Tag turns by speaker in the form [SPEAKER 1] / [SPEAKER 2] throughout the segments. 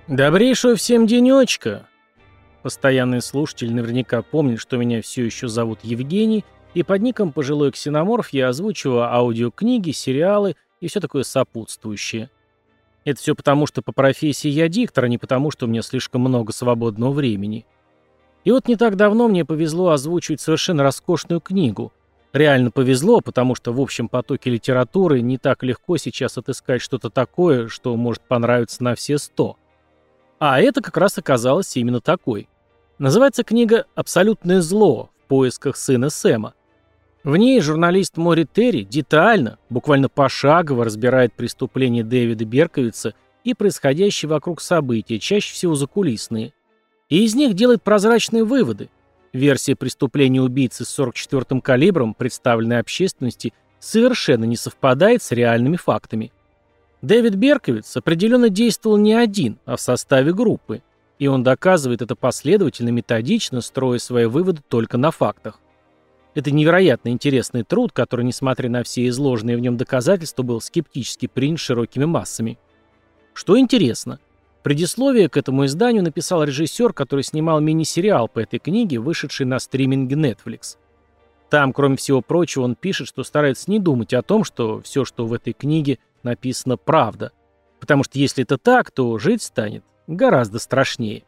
[SPEAKER 1] Добрейшего всем денечка! Постоянный слушатель наверняка помнит, что меня все еще зовут Евгений, и под ником «Пожилой ксеноморф» я озвучиваю аудиокниги, сериалы и все такое сопутствующее. Это все потому, что по профессии я диктор, а не потому, что у меня слишком много свободного времени. И вот не так давно мне повезло озвучивать совершенно роскошную книгу. Реально повезло, потому что в общем потоке литературы не так легко сейчас отыскать что-то такое, что может понравиться на все 100. А это как раз оказалось именно такой. Называется книга «Абсолютное зло. В поисках сына Сэма». В ней журналист Мори Терри детально, буквально пошагово разбирает преступления Дэвида Берковица и происходящие вокруг события, чаще всего закулисные. И из них делает прозрачные выводы. Версия преступления убийцы с 44-м калибром, представленной общественности, совершенно не совпадает с реальными фактами. Дэвид Берковиц определенно действовал не один, а в составе группы, и он доказывает это последовательно, методично, строя свои выводы только на фактах. Это невероятно интересный труд, который, несмотря на все изложенные в нем доказательства, был скептически принят широкими массами. Что интересно, предисловие к этому изданию написал режиссер, который снимал мини-сериал по этой книге, вышедший на стриминге Netflix. Там, кроме всего прочего, он пишет, что старается не думать о том, что все, что в этой книге написано, правда. Потому что если это так, то жить станет гораздо страшнее.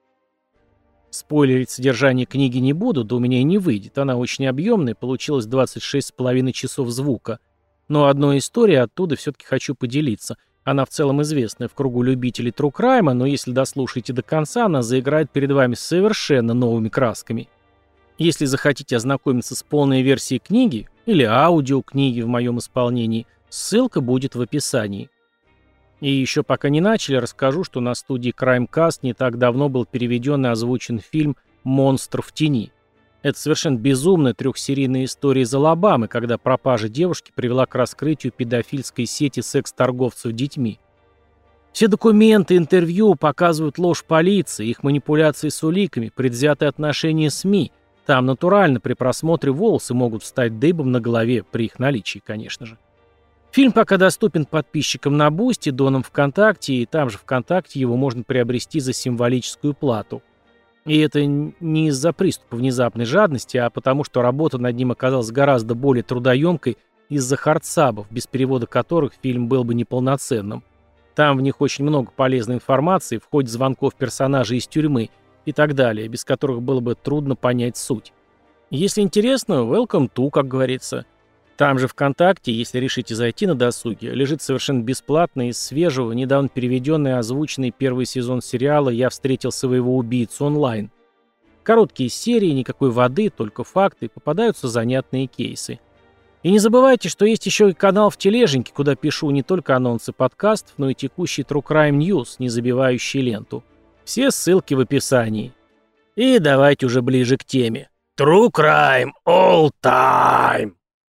[SPEAKER 1] Спойлерить содержание книги не буду, да у меня и не выйдет. Она очень объемная, получилось 26,5 часов звука. Но одной историей оттуда все-таки хочу поделиться. Она в целом известная в кругу любителей True Crime, но если дослушаете до конца, она заиграет перед вами совершенно новыми красками. Если захотите ознакомиться с полной версией книги, или аудиокниги в моем исполнении, ссылка будет в описании. И еще пока не начали, расскажу, что на студии Crimecast не так давно был переведен и озвучен фильм «Монстр в тени». Это совершенно безумная трехсерийная история из Алабамы, когда пропажа девушки привела к раскрытию педофильской сети секс-торговцев детьми. Все документы, интервью показывают ложь полиции, их манипуляции с уликами, предвзятые отношения СМИ. Там натурально при просмотре волосы могут встать дыбом на голове, при их наличии, конечно же. Фильм пока доступен подписчикам на Бусти, донам ВКонтакте, и там же ВКонтакте его можно приобрести за символическую плату. И это не из-за приступа внезапной жадности, а потому что работа над ним оказалась гораздо более трудоемкой из-за хардсабов, без перевода которых фильм был бы неполноценным. Там в них очень много полезной информации, входит звонков персонажей из тюрьмы и так далее, без которых было бы трудно понять суть. Если интересно, welcome to, как говорится. Там же ВКонтакте, если решите зайти на досуге, лежит совершенно бесплатно из свежего, недавно переведенный и озвученный первый сезон сериала «Я встретил своего убийцу» онлайн. Короткие серии, никакой воды, только факты, попадаются занятные кейсы. И не забывайте, что есть еще и канал в Тележеньке, куда пишу не только анонсы подкастов, но и текущий True Crime News, не забивающий ленту. Все ссылки в описании. И давайте уже ближе к теме. True Crime All Time!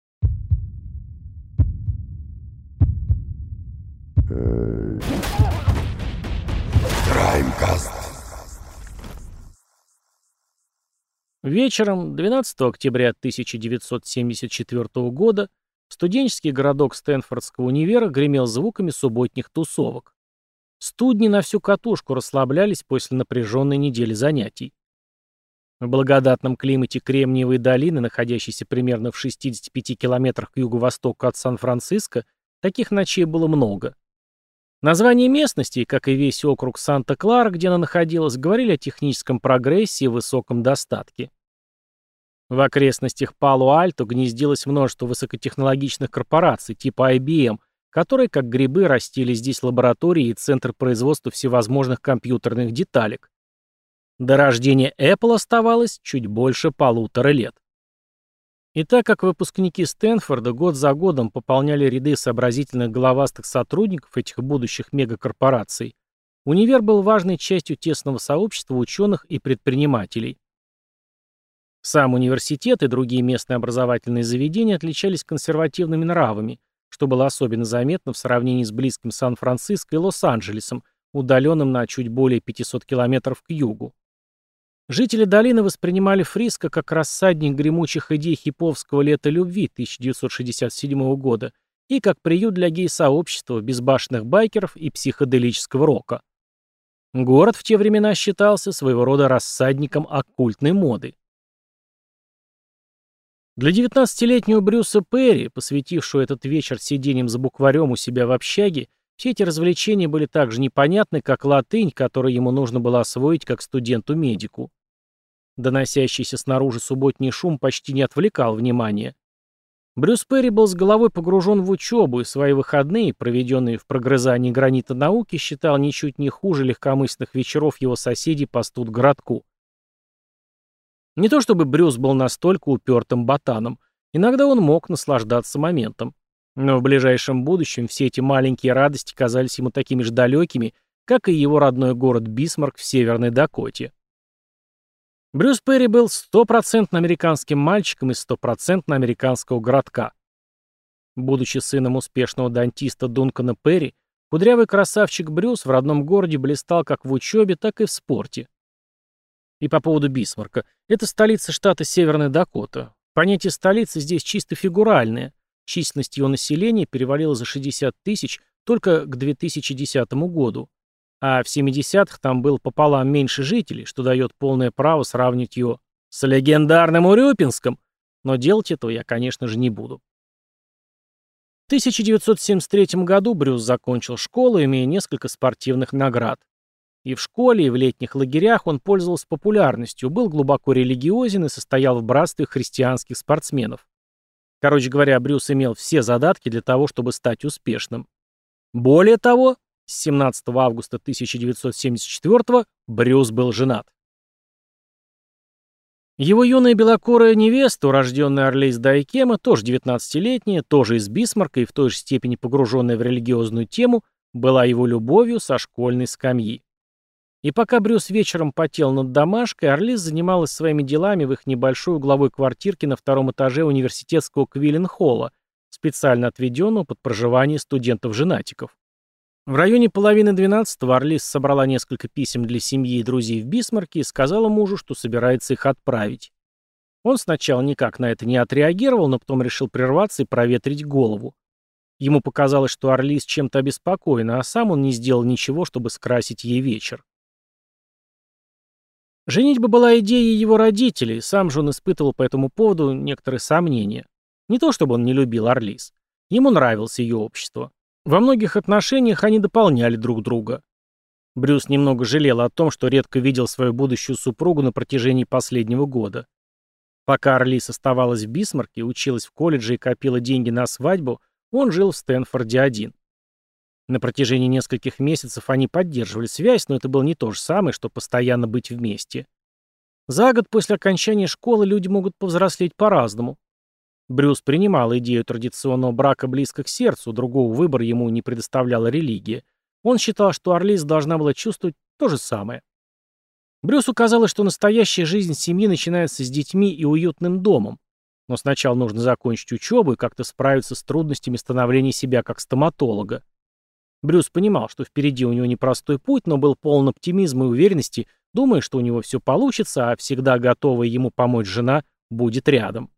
[SPEAKER 2] Краймкаст.
[SPEAKER 1] Вечером 12 октября 1974 года студенческий городок Стэнфордского универа гремел звуками субботних тусовок. Студни на всю катушку расслаблялись после напряженной недели занятий. В благодатном климате Кремниевой долины, находящейся примерно в 65 километрах к юго-востоку от Сан-Франциско, таких ночей было много. Названия местности, как и весь округ Санта-Клара, где она находилась, говорили о техническом прогрессе и высоком достатке. В окрестностях Пало-Альто гнездилось множество высокотехнологичных корпораций типа IBM, которые, как грибы, растили здесь лаборатории и центр производства всевозможных компьютерных деталек. До рождения Apple оставалось чуть больше 1,5 лет. И так как выпускники Стэнфорда год за годом пополняли ряды сообразительных головастых сотрудников этих будущих мегакорпораций, универ был важной частью тесного сообщества ученых и предпринимателей. Сам университет и другие местные образовательные заведения отличались консервативными нравами, что было особенно заметно в сравнении с близким Сан-Франциско и Лос-Анджелесом, удаленным на чуть более 500 километров к югу. Жители долины воспринимали Фриско как рассадник гремучих идей хиповского лета любви 1967 года и как приют для гей-сообщества, безбашенных байкеров и психоделического рока. Город в те времена считался своего рода рассадником оккультной моды. Для 19-летнего Брюса Перри, посвятившего этот вечер сидением за букварем у себя в общаге, все эти развлечения были так же непонятны, как латынь, которую ему нужно было освоить как студенту-медику. Доносящийся снаружи субботний шум почти не отвлекал внимания. Брюс Перри был с головой погружен в учебу, и свои выходные, проведенные в прогрызании гранита науки, считал ничуть не хуже легкомысленных вечеров его соседей по студгородку. Не то чтобы Брюс был настолько упертым ботаном, иногда он мог наслаждаться моментом. Но в ближайшем будущем все эти маленькие радости казались ему такими же далекими, как и его родной город Бисмарк в Северной Дакоте. Брюс Перри был стопроцентно американским мальчиком из стопроцентно американского городка. Будучи сыном успешного дантиста Дункана Перри, кудрявый красавчик Брюс в родном городе блистал как в учебе, так и в спорте. И по поводу Бисмарка. Это столица штата Северная Дакота. Понятие столицы здесь чисто фигуральное. Численность его населения перевалила за 60 тысяч только к 2010 году. А в 70-х там было пополам меньше жителей, что дает полное право сравнить ее с легендарным Урюпинском. Но делать этого я, конечно же, не буду. В 1973 году Брюс закончил школу, имея несколько спортивных наград. И в школе, и в летних лагерях он пользовался популярностью, был глубоко религиозен и состоял в братстве христианских спортсменов. Короче говоря, Брюс имел все задатки для того, чтобы стать успешным. Более того, с 17 августа 1974 Брюс был женат. Его юная белокурая невеста, урожденная Арлис Дайкема, тоже 19-летняя, тоже из Бисмарка и в той же степени погруженная в религиозную тему, была его любовью со школьной скамьи. И пока Брюс вечером потел над домашкой, Арлис занималась своими делами в их небольшой угловой квартирке на втором этаже университетского Квиллен-холла, специально отведенного под проживание студентов-женатиков. В районе половины 12-го Арлис собрала несколько писем для семьи и друзей в Бисмарке и сказала мужу, что собирается их отправить. Он сначала никак на это не отреагировал, но потом решил прерваться и проветрить голову. Ему показалось, что Арлис чем-то обеспокоена, а сам он не сделал ничего, чтобы скрасить ей вечер. Женитьба была идеей его родителей, сам же он испытывал по этому поводу некоторые сомнения. Не то чтобы он не любил Арлис. Ему нравилось ее общество. Во многих отношениях они дополняли друг друга. Брюс немного жалел о том, что редко видел свою будущую супругу на протяжении последнего года. Пока Арлис оставалась в Бисмарке, училась в колледже и копила деньги на свадьбу, он жил в Стэнфорде один. На протяжении нескольких месяцев они поддерживали связь, но это было не то же самое, что постоянно быть вместе. За год после окончания школы люди могут повзрослеть по-разному. Брюс принимал идею традиционного брака близко к сердцу, другого выбора ему не предоставляла религия. Он считал, что Арлис должна была чувствовать то же самое. Брюсу казалось, что настоящая жизнь семьи начинается с детьми и уютным домом. Но сначала нужно закончить учебу и как-то справиться с трудностями становления себя как стоматолога. Брюс понимал, что впереди у него непростой путь, но был полон оптимизма и уверенности, думая, что у него все получится, а всегда готовая ему помочь жена будет рядом.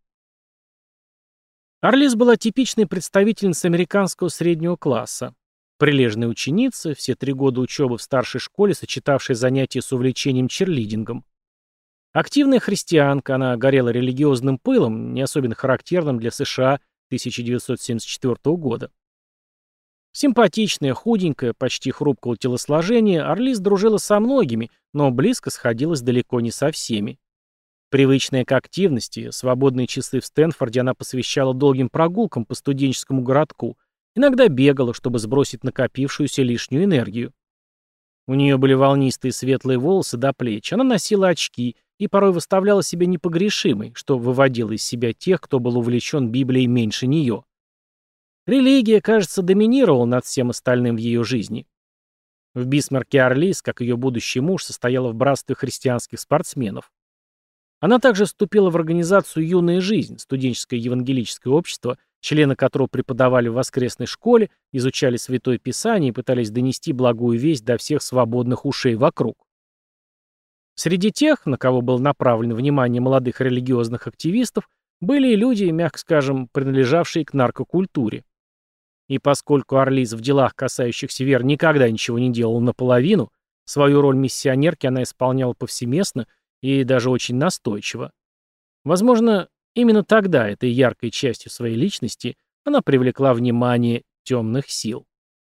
[SPEAKER 1] Арлис была типичной представительницей американского среднего класса. Прилежная ученица, все 3 года учебы в старшей школе, сочетавшая занятия с увлечением черлидингом. Активная христианка, она горела религиозным пылом, не особенно характерным для США 1974 года. Симпатичная, худенькая, почти хрупкого телосложения, Арлис дружила со многими, но близко сходилась далеко не со всеми. Привычная к активности, свободные часы в Стэнфорде она посвящала долгим прогулкам по студенческому городку, иногда бегала, чтобы сбросить накопившуюся лишнюю энергию. У нее были волнистые светлые волосы до плеч, она носила очки и порой выставляла себя непогрешимой, что выводило из себя тех, кто был увлечен Библией меньше нее. Религия, кажется, доминировала над всем остальным в ее жизни. В Бисмарке Арлис, как ее будущий муж, состояла в братстве христианских спортсменов. Она также вступила в организацию «Юная жизнь», студенческое евангелическое общество, члены которого преподавали в воскресной школе, изучали Святое Писание и пытались донести благую весть до всех свободных ушей вокруг. Среди тех, на кого было направлено внимание молодых религиозных активистов, были и люди, мягко скажем, принадлежавшие к наркокультуре. И поскольку Арлис в делах, касающихся веры, никогда ничего не делал наполовину, Свою роль миссионерки она исполняла повсеместно и даже очень настойчиво. Возможно, именно тогда, этой яркой частью своей личности, она привлекла внимание темных сил.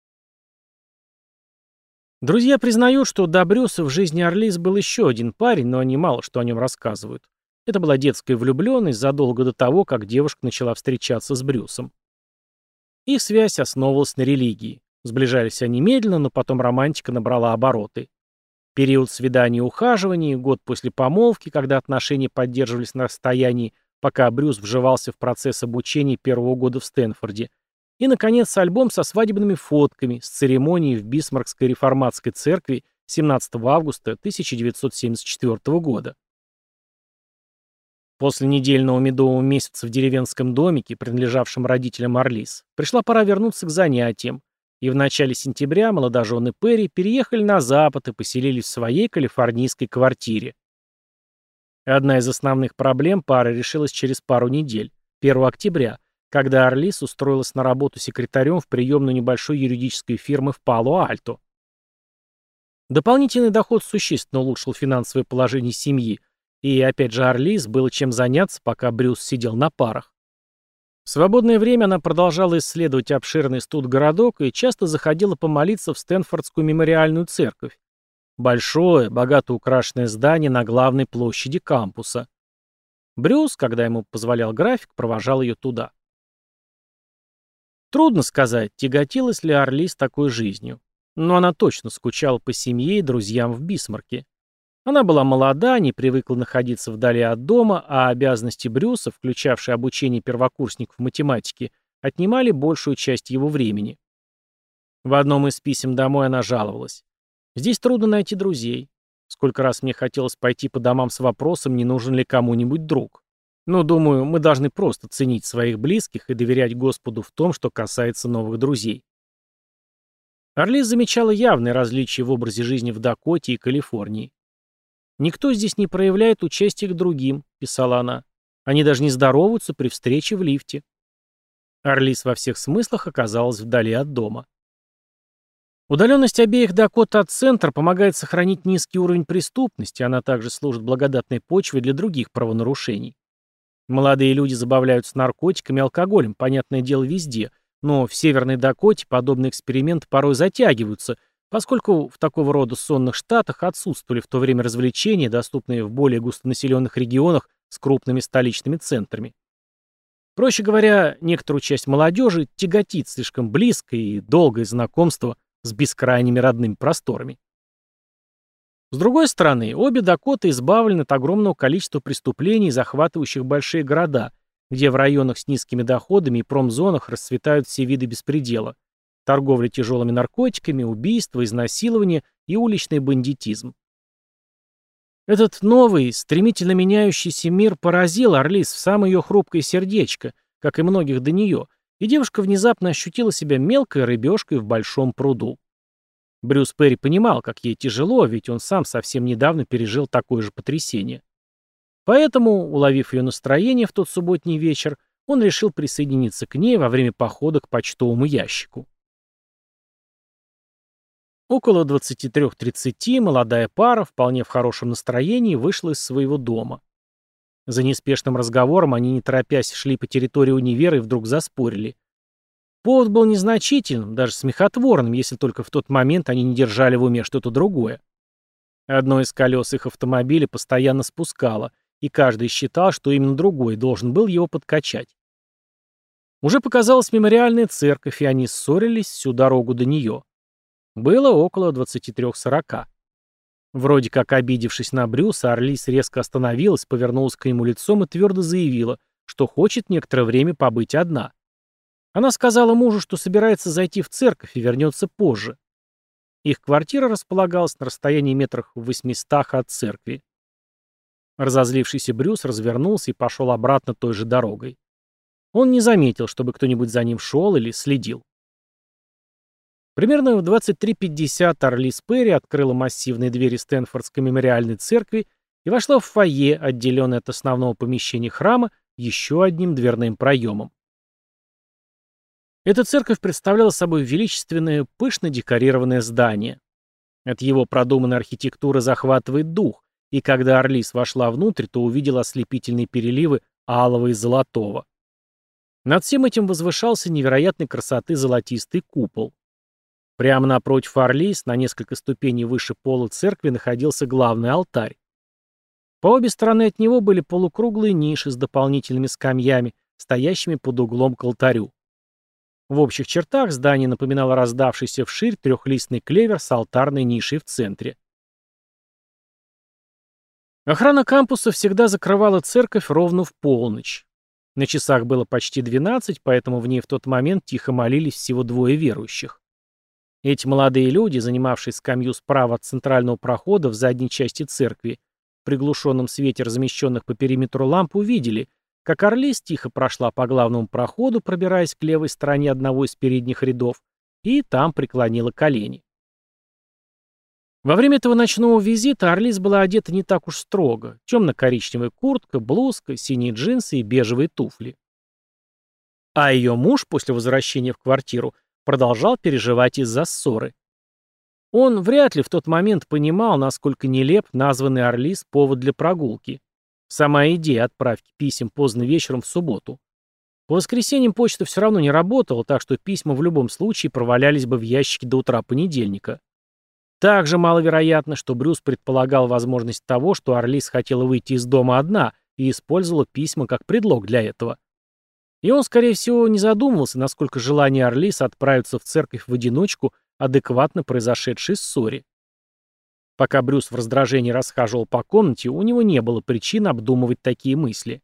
[SPEAKER 1] Друзья признают, что до Брюса в жизни Арлис был еще один парень, но они мало что о нем рассказывают. Это была детская влюбленность задолго до того, как девушка начала встречаться с Брюсом. Их связь основывалась на религии. Сближались они медленно, но потом романтика набрала обороты. Период свиданий и ухаживаний, год после помолвки, когда отношения поддерживались на расстоянии, пока Брюс вживался в процесс обучения первого года в Стэнфорде. И, наконец, альбом со свадебными фотками с церемонией в Бисмаркской реформатской церкви 17 августа 1974 года. После недельного медового месяца в деревенском домике, принадлежавшем родителям Арлис, пришла пора вернуться к занятиям, и в начале сентября молодожены Перри переехали на запад и поселились в своей калифорнийской квартире. Одна из основных проблем пары решилась через пару недель, 1 октября, когда Арлис устроилась на работу секретарем в приемную небольшой юридической фирмы в Пало-Альто. Дополнительный доход существенно улучшил финансовое положение семьи, и, опять же, Арлис было чем заняться, пока Брюс сидел на парах. В свободное время она продолжала исследовать обширный студгородок и часто заходила помолиться в Стэнфордскую мемориальную церковь. Большое, богато украшенное здание на главной площади кампуса. Брюс, когда ему позволял график, провожал ее туда. Трудно сказать, тяготилась ли Арлис такой жизнью. Но она точно скучала по семье и друзьям в Бисмарке. Она была молода, не привыкла находиться вдали от дома, а обязанности Брюса, включавшие обучение первокурсников математике, отнимали большую часть его времени. В одном из писем домой она жаловалась. «Здесь трудно найти друзей. Сколько раз мне хотелось пойти по домам с вопросом, не нужен ли кому-нибудь друг. Но, думаю, мы должны просто ценить своих близких и доверять Господу в том, что касается новых друзей». Арлис замечала явные различия в образе жизни в Дакоте и Калифорнии. «Никто здесь не проявляет участия к другим», — писала она. «Они даже не здороваются при встрече в лифте». Арлис во всех смыслах оказалась вдали от дома. Удаленность обеих Дакот от центра помогает сохранить низкий уровень преступности, она также служит благодатной почвой для других правонарушений. Молодые люди забавляются наркотиками и алкоголем, понятное дело, везде, но в Северной Дакоте подобные эксперименты порой затягиваются, поскольку в такого рода сонных штатах отсутствовали в то время развлечения, доступные в более густонаселенных регионах с крупными столичными центрами. Проще говоря, некоторую часть молодежи тяготит слишком близкое и долгое знакомство с бескрайними родными просторами. С другой стороны, обе Дакоты избавлены от огромного количества преступлений, захватывающих большие города, где в районах с низкими доходами и промзонах расцветают все виды беспредела: торговля тяжелыми наркотиками, убийства, изнасилования и уличный бандитизм. Этот новый, стремительно меняющийся мир поразил Арлис в самое ее хрупкое сердечко, как и многих до нее, и девушка внезапно ощутила себя мелкой рыбешкой в большом пруду. Брюс Перри понимал, как ей тяжело, ведь он сам совсем недавно пережил такое же потрясение. Поэтому, уловив ее настроение в тот субботний вечер, он решил присоединиться к ней во время похода к почтовому ящику. Около 23:30 молодая пара, вполне в хорошем настроении, вышла из своего дома. За неспешным разговором они, не торопясь, шли по территории универа и вдруг заспорили. Повод был незначительным, даже смехотворным, если только в тот момент они не держали в уме что-то другое. Одно из колес их автомобиля постоянно спускало, и каждый считал, что именно другой должен был его подкачать. Уже показалась мемориальная церковь, и они ссорились всю дорогу до нее. Было около 23:40. Вроде как обидевшись на Брюса, Арлис резко остановилась, повернулась к нему лицом и твердо заявила, что хочет некоторое время побыть одна. Она сказала мужу, что собирается зайти в церковь и вернется позже. Их квартира располагалась на расстоянии метрах в 800 от церкви. Разозлившийся Брюс развернулся и пошел обратно той же дорогой. Он не заметил, чтобы кто-нибудь за ним шел или следил. Примерно в 23:50 Арлис Перри открыла массивные двери Стэнфордской мемориальной церкви и вошла в фойе, отделенное от основного помещения храма еще одним дверным проемом. Эта церковь представляла собой величественное, пышно декорированное здание. От его продуманной архитектуры захватывает дух, и когда Арлис вошла внутрь, то увидела ослепительные переливы алого и золотого. Над всем этим возвышался невероятной красоты золотистый купол. Прямо напротив Арлис, на несколько ступеней выше пола церкви, находился главный алтарь. По обе стороны от него были полукруглые ниши с дополнительными скамьями, стоящими под углом к алтарю. В общих чертах здание напоминало раздавшийся вширь трехлистный клевер с алтарной нишей в центре. Охрана кампуса всегда закрывала церковь ровно в полночь. На часах было почти 12, поэтому в ней в тот момент тихо молились всего двое верующих. Эти молодые люди, занимавшие скамью справа от центрального прохода в задней части церкви, в приглушенном свете размещенных по периметру ламп, увидели, как Арлис тихо прошла по главному проходу, пробираясь к левой стороне одного из передних рядов, и там преклонила колени. Во время этого ночного визита Арлис была одета не так уж строго. Темно-коричневая куртка, блузка, синие джинсы и бежевые туфли. А ее муж после возвращения в квартиру продолжал переживать из-за ссоры. Он вряд ли в тот момент понимал, насколько нелеп названный Арлис повод для прогулки. Сама идея отправки писем поздно вечером в субботу. По воскресеньям почта все равно не работала, так что письма в любом случае провалялись бы в ящике до утра понедельника. Также маловероятно, что Брюс предполагал возможность того, что Арлис хотела выйти из дома одна и использовала письма как предлог для этого. И он, скорее всего, не задумывался, насколько желание Арлис отправиться в церковь в одиночку адекватно произошедшей ссоре. Пока Брюс в раздражении расхаживал по комнате, у него не было причин обдумывать такие мысли.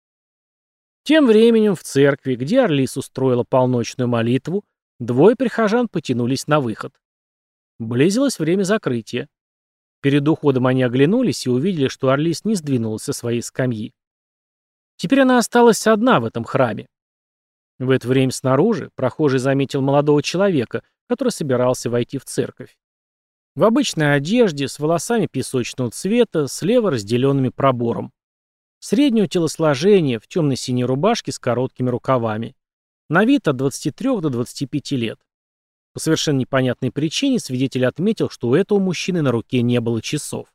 [SPEAKER 1] Тем временем в церкви, где Арлис устроила полночную молитву, двое прихожан потянулись на выход. Близилось время закрытия. Перед уходом они оглянулись и увидели, что Арлис не сдвинулась со своей скамьи. Теперь она осталась одна в этом храме. В это время снаружи прохожий заметил молодого человека, который собирался войти в церковь. В обычной одежде, с волосами песочного цвета, слева разделенными пробором. Среднего телосложения, в темно-синей рубашке с короткими рукавами. На вид от 23 до 25 лет. По совершенно непонятной причине свидетель отметил, что у этого мужчины на руке не было часов.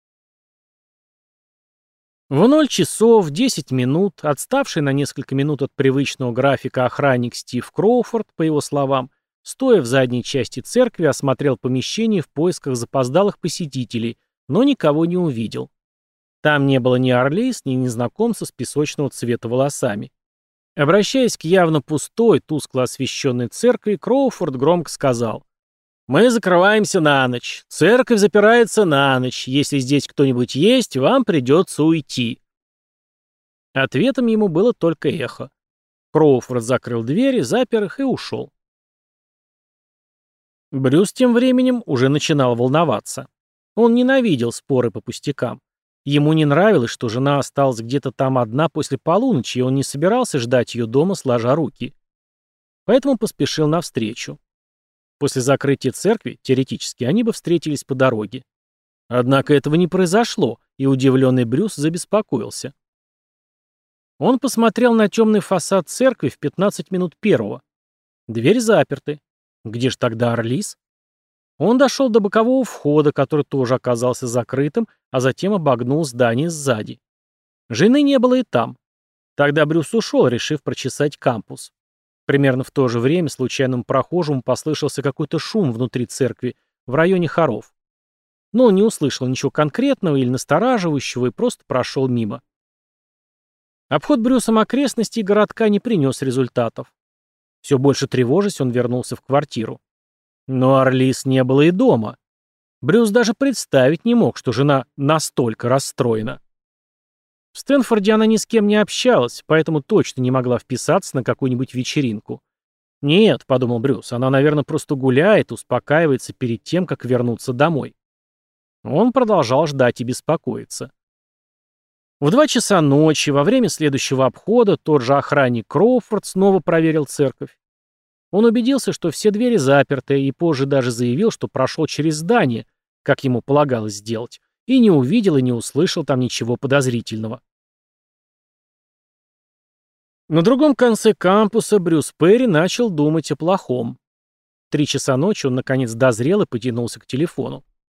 [SPEAKER 1] В 0 часов 10 минут отставший на несколько минут от привычного графика охранник Стив Кроуфорд, по его словам, стоя в задней части церкви, осмотрел помещение в поисках запоздалых посетителей, но никого не увидел. Там не было ни Арлис, ни незнакомца с песочного цвета волосами. Обращаясь к явно пустой, тускло освещенной церкви, Кроуфорд громко сказал: «Мы закрываемся на ночь. Церковь запирается на ночь. Если здесь кто-нибудь есть, вам придется уйти». Ответом ему было только эхо. Кроуфорд закрыл двери, запер их и ушел. Брюс тем временем уже начинал волноваться. Он ненавидел споры по пустякам. Ему не нравилось, что жена осталась где-то там одна после полуночи, и он не собирался ждать ее дома, сложа руки. Поэтому поспешил навстречу. После закрытия церкви, теоретически, они бы встретились по дороге. Однако этого не произошло, и удивленный Брюс забеспокоился. Он посмотрел на темный фасад церкви в 15 минут первого. Двери заперты. Где же тогда Арлис? Он дошел до бокового входа, который тоже оказался закрытым, а затем обогнул здание сзади. Жены не было и там. Тогда Брюс ушел, решив прочесать кампус. Примерно в то же время случайному прохожему послышался какой-то шум внутри церкви, в районе хоров. Но он не услышал ничего конкретного или настораживающего и просто прошел мимо. Обход Брюсом окрестностей городка не принес результатов. Все больше тревожась, он вернулся в квартиру. Но Арлис не было и дома. Брюс даже представить не мог, что жена настолько расстроена. В Стэнфорде она ни с кем не общалась, поэтому точно не могла вписаться на какую-нибудь вечеринку. «Нет», — подумал Брюс, — «она, наверное, просто гуляет, успокаивается перед тем, как вернуться домой». Он продолжал ждать и беспокоиться. В 2 часа ночи, во время следующего обхода, тот же охранник Кроуфорд снова проверил церковь. Он убедился, что все двери заперты, и позже даже заявил, что прошел через здание, как ему полагалось сделать, и не увидел и не услышал там ничего подозрительного. На другом конце кампуса Брюс Перри начал думать о плохом. В 3 часа ночи он наконец дозрел и потянулся к телефону.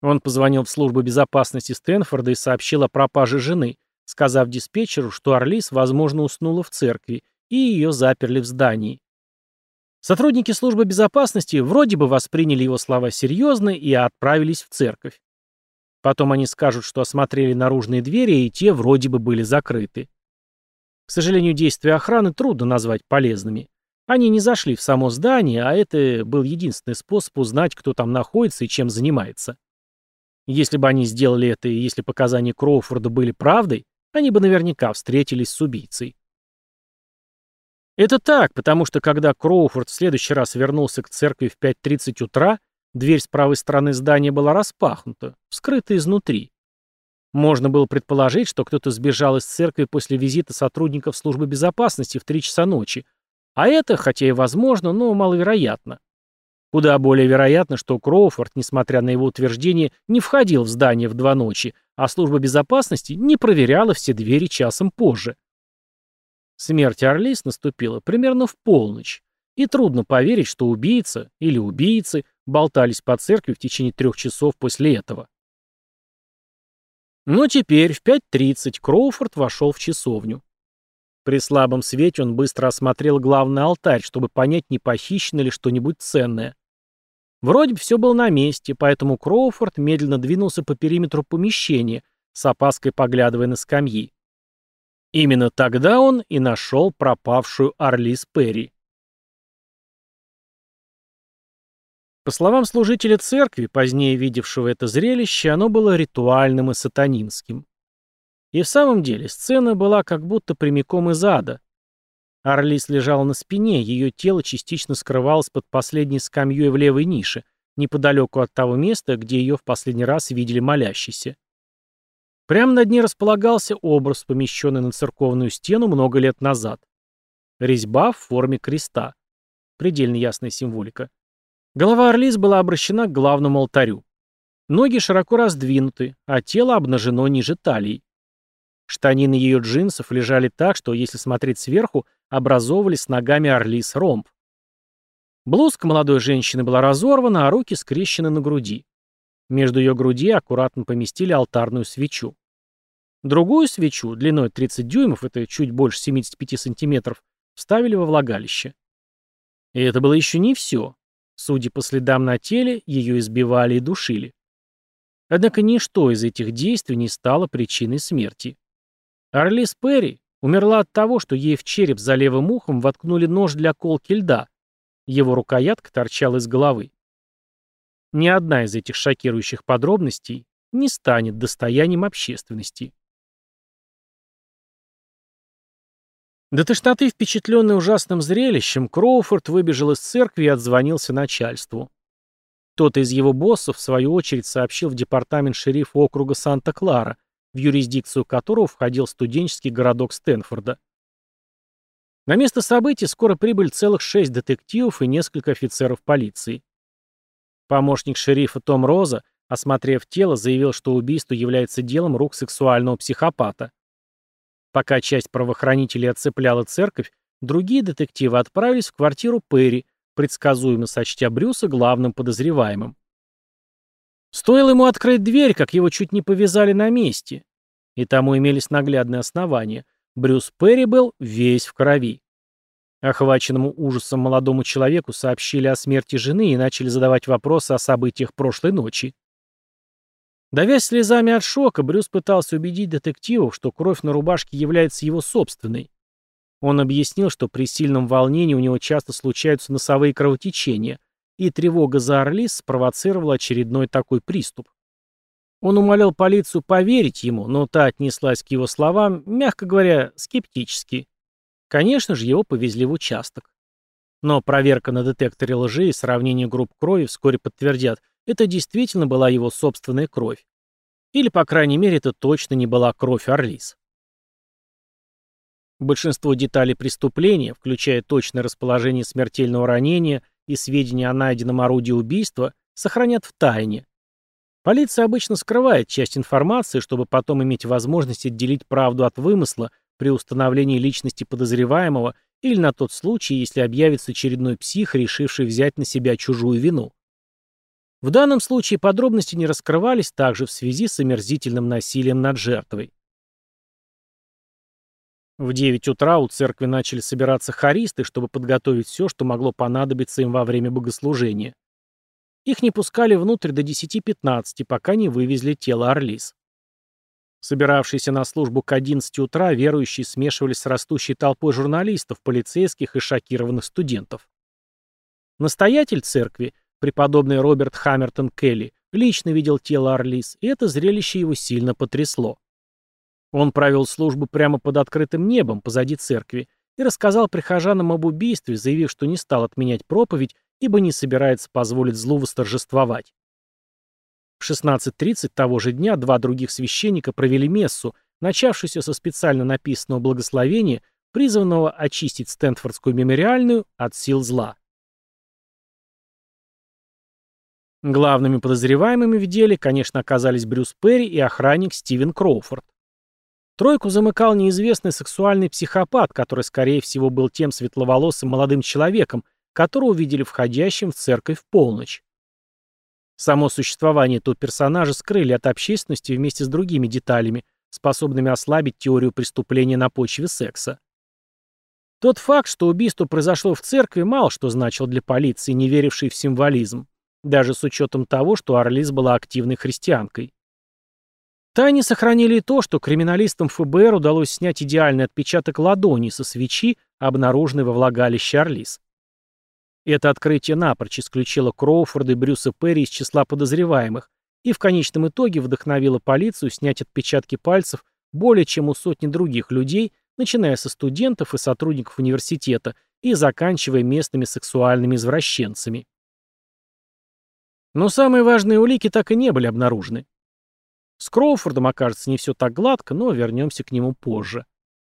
[SPEAKER 1] Он позвонил в службу безопасности Стэнфорда и сообщил о пропаже жены, сказав диспетчеру, что Арлис, возможно, уснула в церкви, и ее заперли в здании. Сотрудники службы безопасности вроде бы восприняли его слова серьезно и отправились в церковь. Потом они скажут, что осмотрели наружные двери, и те вроде бы были закрыты. К сожалению, действия охраны трудно назвать полезными. Они не зашли в само здание, а это был единственный способ узнать, кто там находится и чем занимается. Если бы они сделали это, и если показания Кроуфорда были правдой, они бы наверняка встретились с убийцей. Это так, потому что когда Кроуфорд в следующий раз вернулся к церкви в 5:30 утра, дверь с правой стороны здания была распахнута, вскрыта изнутри. Можно было предположить, что кто-то сбежал из церкви после визита сотрудников службы безопасности в 3 часа ночи, а это, хотя и возможно, но маловероятно. Куда более вероятно, что Кроуфорд, несмотря на его утверждение, не входил в здание в 2 ночи, а служба безопасности не проверяла все двери часом позже. Смерть Арлис наступила примерно в полночь, и трудно поверить, что убийца или убийцы болтались по церкви в течение 3 часов после этого. Но теперь в 5:30 Кроуфорд вошел в часовню. При слабом свете он быстро осмотрел главный алтарь, чтобы понять, не похищено ли что-нибудь ценное. Вроде бы все было на месте, поэтому Кроуфорд медленно двинулся по периметру помещения, с опаской поглядывая на скамьи. Именно тогда он и нашел пропавшую Арлис Перри. По словам служителя церкви, позднее видевшего это зрелище, оно было ритуальным и сатанинским. И в самом деле сцена была как будто прямиком из ада. Арлис лежала на спине, ее тело частично скрывалось под последней скамьей в левой нише, неподалеку от того места, где ее в последний раз видели молящейся. Прямо над ней располагался образ, помещенный на церковную стену много лет назад. Резьба в форме креста. Предельно ясная символика. Голова Арлис была обращена к главному алтарю. Ноги широко раздвинуты, а тело обнажено ниже талии. Штанины ее джинсов лежали так, что, если смотреть сверху, образовывали с ногами Арлис ромб. Блузка молодой женщины была разорвана, а руки скрещены на груди. Между ее груди аккуратно поместили алтарную свечу. Другую свечу, длиной 30 дюймов, это чуть больше 75 сантиметров, вставили во влагалище. И это было еще не все. Судя по следам на теле, ее избивали и душили. Однако ничто из этих действий не стало причиной смерти. Арлис Перри умерла от того, что ей в череп за левым ухом воткнули нож для колки льда. Его рукоятка торчала из головы. Ни одна из этих шокирующих подробностей не станет достоянием общественности. До тошноты впечатленный ужасным зрелищем, Кроуфорд выбежал из церкви и отзвонился начальству. Кто-то из его боссов, в свою очередь, сообщил в департамент шерифа округа Санта-Клара, в юрисдикцию которого входил студенческий городок Стэнфорда. На место событий скоро прибыли целых 6 детективов и несколько офицеров полиции. Помощник шерифа Том Роза, осмотрев тело, заявил, что убийство является делом рук сексуального психопата. Пока часть правоохранителей отцепляла церковь, другие детективы отправились в квартиру Перри, предсказуемо сочтя Брюса главным подозреваемым. Стоило ему открыть дверь, как его чуть не повязали на месте. И тому имелись наглядные основания. Брюс Перри был весь в крови. Охваченному ужасом молодому человеку сообщили о смерти жены и начали задавать вопросы о событиях прошлой ночи. Давясь слезами от шока, Брюс пытался убедить детективов, что кровь на рубашке является его собственной. Он объяснил, что при сильном волнении у него часто случаются носовые кровотечения, и тревога за Арлис спровоцировала очередной такой приступ. Он умолял полицию поверить ему, но та отнеслась к его словам, мягко говоря, скептически. Конечно же, его повезли в участок. Но проверка на детекторе лжи и сравнение групп крови вскоре подтвердят, это действительно была его собственная кровь. Или, по крайней мере, это точно не была кровь Арлис. Большинство деталей преступления, включая точное расположение смертельного ранения и сведения о найденном орудии убийства, сохранят в тайне. Полиция обычно скрывает часть информации, чтобы потом иметь возможность отделить правду от вымысла при установлении личности подозреваемого или на тот случай, если объявится очередной псих, решивший взять на себя чужую вину. В данном случае подробности не раскрывались также в связи с омерзительным насилием над жертвой. В 9 утра у церкви начали собираться хористы, чтобы подготовить все, что могло понадобиться им во время богослужения. Их не пускали внутрь до 10:15, пока не вывезли тело Арлис. Собиравшиеся на службу к 11 утра верующие смешивались с растущей толпой журналистов, полицейских и шокированных студентов. Настоятель церкви, преподобный Роберт Хаммертон Келли, лично видел тело Арлис, и это зрелище его сильно потрясло. Он провел службу прямо под открытым небом, позади церкви, и рассказал прихожанам об убийстве, заявив, что не стал отменять проповедь, ибо не собирается позволить злу восторжествовать. В 16:30 того же дня два других священника провели мессу, начавшуюся со специально написанного благословения, призванного очистить Стэнфордскую мемориальную от сил зла. Главными подозреваемыми в деле, конечно, оказались Брюс Перри и охранник Стивен Кроуфорд. Тройку замыкал неизвестный сексуальный психопат, который, скорее всего, был тем светловолосым молодым человеком, которого видели входящим в церковь в полночь. Само существование этого персонажа скрыли от общественности вместе с другими деталями, способными ослабить теорию преступления на почве секса. Тот факт, что убийство произошло в церкви, мало что значил для полиции, не верившей в символизм, даже с учетом того, что Арлис была активной христианкой. Тайне сохранили и то, что криминалистам ФБР удалось снять идеальный отпечаток ладони со свечи, обнаруженной во влагалище Арлис. Это открытие напрочь исключило Кроуфорда и Брюса Перри из числа подозреваемых и в конечном итоге вдохновило полицию снять отпечатки пальцев более чем у сотни других людей, начиная со студентов и сотрудников университета и заканчивая местными сексуальными извращенцами. Но самые важные улики так и не были обнаружены. С Кроуфордом окажется не все так гладко, но вернемся к нему позже.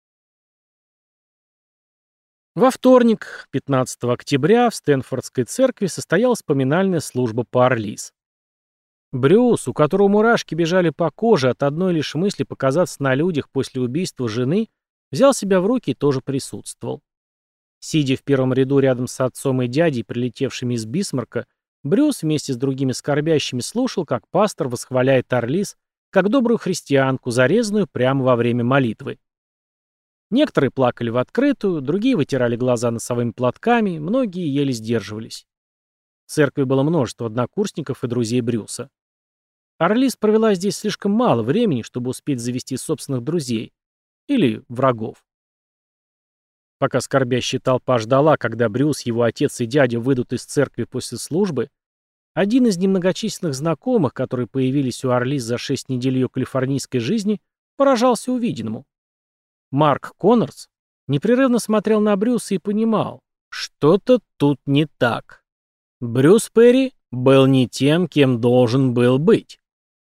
[SPEAKER 1] Во вторник, 15 октября, в Стэнфордской церкви состоялась поминальная служба по Арлис. Брюс, у которого мурашки бежали по коже от одной лишь мысли показаться на людях после убийства жены, взял себя в руки и тоже присутствовал. Сидя в первом ряду рядом с отцом и дядей, прилетевшими из Бисмарка, Брюс вместе с другими скорбящими слушал, как пастор восхваляет Арлис как добрую христианку, зарезанную прямо во время молитвы. Некоторые плакали в открытую, другие вытирали глаза носовыми платками, многие еле сдерживались. В церкви было множество однокурсников и друзей Брюса. Арлис провела здесь слишком мало времени, чтобы успеть завести собственных друзей. Или врагов. Пока скорбящая толпа ждала, когда Брюс, его отец и дядя выйдут из церкви после службы, один из немногочисленных знакомых, которые появились у Арлис за 6 недель ее калифорнийской жизни, поражался увиденному. Марк Коннорс непрерывно смотрел на Брюса и понимал, что-то тут не так. Брюс Перри был не тем, кем должен был быть.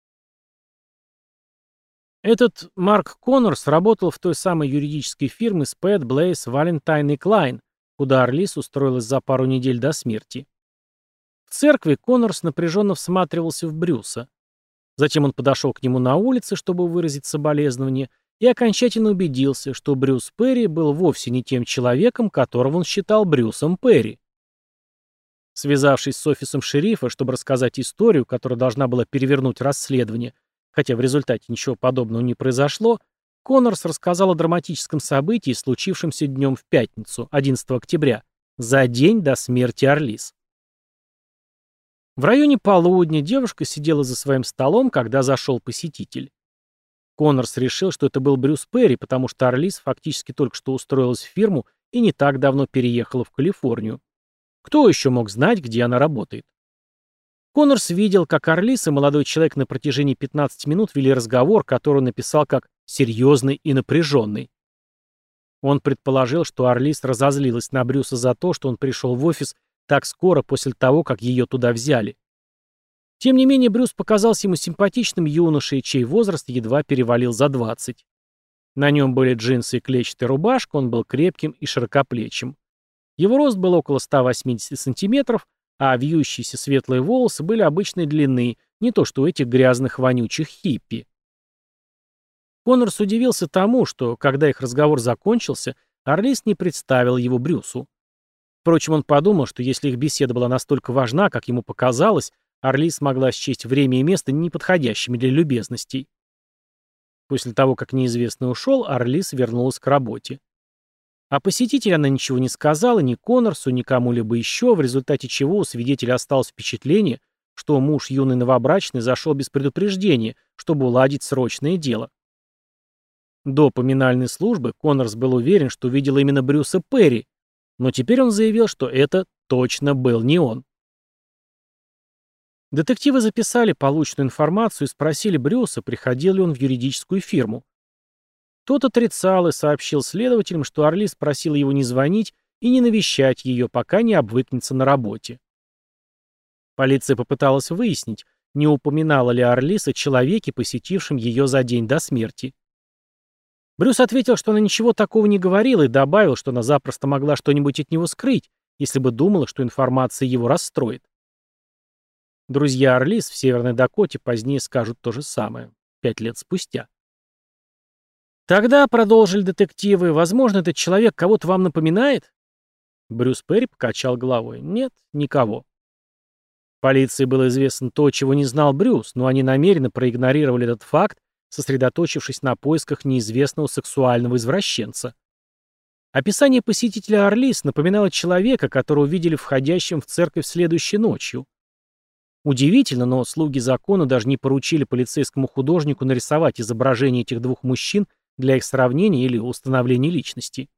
[SPEAKER 1] Этот Марк Коннорс работал в той самой юридической фирме Спэд, Блейз, Валентайн и Клайн, куда Арлис устроилась за пару недель до смерти. В церкви Коннорс напряженно всматривался в Брюса. Затем он подошел к нему на улице, чтобы выразить соболезнование, и окончательно убедился, что Брюс Перри был вовсе не тем человеком, которого он считал Брюсом Перри. Связавшись с офисом шерифа, чтобы рассказать историю, которая должна была перевернуть расследование, хотя в результате ничего подобного не произошло, Коннорс рассказал о драматическом событии, случившемся днем в пятницу, 11 октября, за день до смерти Арлис. В районе полудня девушка сидела за своим столом, когда зашел посетитель. Коннорс решил, что это был Брюс Перри, потому что Арлис фактически только что устроилась в фирму и не так давно переехала в Калифорнию. Кто еще мог знать, где она работает? Коннорс видел, как Арлис и молодой человек на протяжении 15 минут вели разговор, который он написал как «серьезный и напряженный». Он предположил, что Арлис разозлилась на Брюса за то, что он пришел в офис так скоро после того, как ее туда взяли. Тем не менее, Брюс показался ему симпатичным юношей, чей возраст едва перевалил за 20. На нем были джинсы и клетчатая рубашка, он был крепким и широкоплечим. Его рост был около 180 сантиметров, а вьющиеся светлые волосы были обычной длины, не то что у этих грязных вонючих хиппи. Коннорс удивился тому, что, когда их разговор закончился, Арлис не представил его Брюсу. Впрочем, он подумал, что если их беседа была настолько важна, как ему показалось, Арлис смогла счесть время и место неподходящими для любезностей. После того, как неизвестный ушел, Арлис вернулась к работе. О посетителе она ничего не сказала ни Коннорсу, ни кому-либо еще, в результате чего у свидетеля осталось впечатление, что муж юной новобрачной зашел без предупреждения, чтобы уладить срочное дело. До поминальной службы Коннорс был уверен, что видел именно Брюса Перри, но теперь он заявил, что это точно был не он. Детективы записали полученную информацию и спросили Брюса, приходил ли он в юридическую фирму. Тот отрицал и сообщил следователям, что Арлис просил его не звонить и не навещать ее, пока не обвыкнется на работе. Полиция попыталась выяснить, не упоминала ли Арлис о человеке, посетившем ее за день до смерти. Брюс ответил, что она ничего такого не говорила, и добавил, что она запросто могла что-нибудь от него скрыть, если бы думала, что информация его расстроит. Друзья Арлис в Северной Дакоте позднее скажут то же самое, 5 лет спустя. Тогда, продолжили детективы, возможно, этот человек кого-то вам напоминает? Брюс Перри покачал головой. Нет, никого. Полиции было известно то, чего не знал Брюс, но они намеренно проигнорировали этот факт, сосредоточившись на поисках неизвестного сексуального извращенца. Описание посетителя Арлис напоминало человека, которого видели входящим в церковь следующей ночью. Удивительно, но слуги закона даже не поручили полицейскому художнику нарисовать изображение этих двух мужчин для их сравнения или установления личности.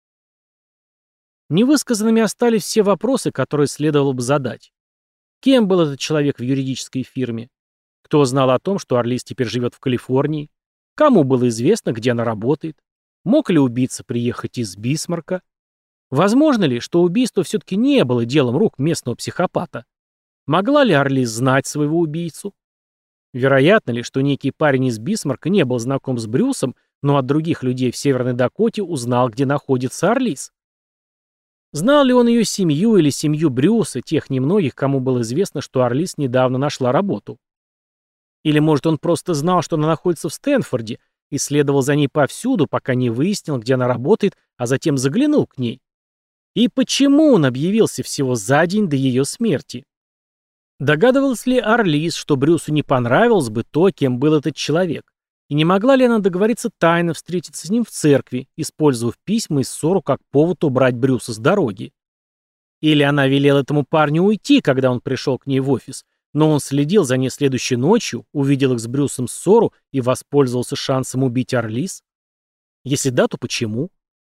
[SPEAKER 1] Невысказанными остались все вопросы, которые следовало бы задать. Кем был этот человек в юридической фирме? Кто знал о том, что Арлис теперь живет в Калифорнии? Кому было известно, где она работает? Мог ли убийца приехать из Бисмарка? Возможно ли, что убийство все-таки не было делом рук местного психопата? Могла ли Арлис знать своего убийцу? Вероятно ли, что некий парень из Бисмарка не был знаком с Брюсом, но от других людей в Северной Дакоте узнал, где находится Арлис? Знал ли он ее семью или семью Брюса, тех немногих, кому было известно, что Арлис недавно нашла работу? Или, может, он просто знал, что она находится в Стэнфорде, и следовал за ней повсюду, пока не выяснил, где она работает, а затем заглянул к ней? И почему он объявился всего за день до ее смерти? Догадывалась ли Арлис, что Брюсу не понравилось бы то, кем был этот человек? И не могла ли она договориться тайно встретиться с ним в церкви, использовав письма и ссору как повод убрать Брюса с дороги? Или она велела этому парню уйти, когда он пришел к ней в офис, но он следил за ней следующей ночью, увидел их с Брюсом ссору и воспользовался шансом убить Арлис? Если да, то почему?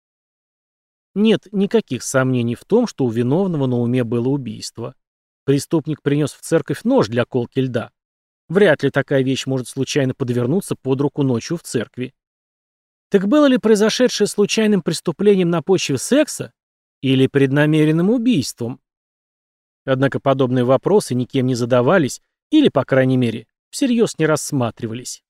[SPEAKER 1] Нет никаких сомнений в том, что у виновного на уме было убийство. Преступник принес в церковь нож для колки льда. Вряд ли такая вещь может случайно подвернуться под руку ночью в церкви. Так было ли произошедшее случайным преступлением на почве секса или преднамеренным убийством? Однако подобные вопросы никем не задавались или, по крайней мере, всерьез не рассматривались.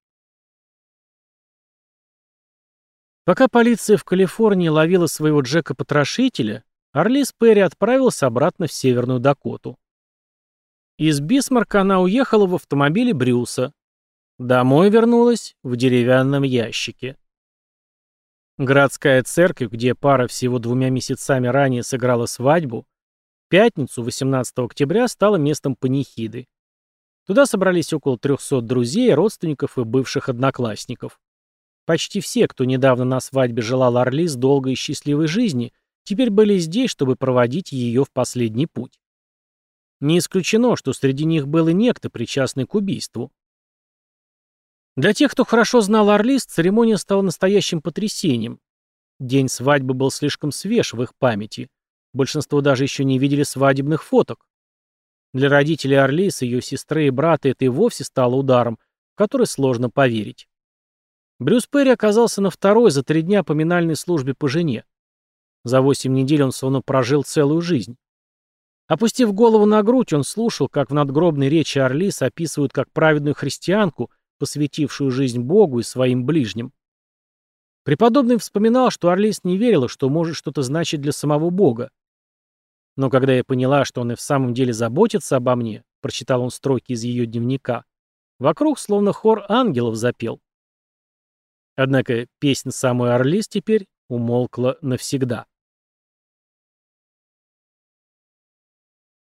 [SPEAKER 1] Пока полиция в Калифорнии ловила своего Джека-потрошителя, Арлис Перри отправился обратно в Северную Дакоту. Из Бисмарка она уехала в автомобиле Брюса. Домой вернулась в деревянном ящике. Городская церковь, где пара всего 2 месяцами ранее сыграла свадьбу, в пятницу, 18 октября, стала местом панихиды. Туда собрались около 300 друзей, родственников и бывших одноклассников. Почти все, кто недавно на свадьбе желал Арлис долгой и счастливой жизни, теперь были здесь, чтобы проводить ее в последний путь. Не исключено, что среди них был и некто, причастный к убийству. Для тех, кто хорошо знал Арлис, церемония стала настоящим потрясением. День свадьбы был слишком свеж в их памяти. Большинство даже еще не видели свадебных фоток. Для родителей Арлис, ее сестры и брата это и вовсе стало ударом, в который сложно поверить. Брюс Перри оказался на второй за 3 дня поминальной службе по жене. За 8 недель он словно прожил целую жизнь. Опустив голову на грудь, он слушал, как в надгробной речи Арлис описывают как праведную христианку, посвятившую жизнь Богу и своим ближним. Преподобный вспоминал, что Арлис не верила, что может что-то значить для самого Бога. Но когда я поняла, что он и в самом деле заботится обо мне, прочитал он строки из ее дневника, вокруг словно хор ангелов запел. Однако песня самой Арлис теперь умолкла навсегда.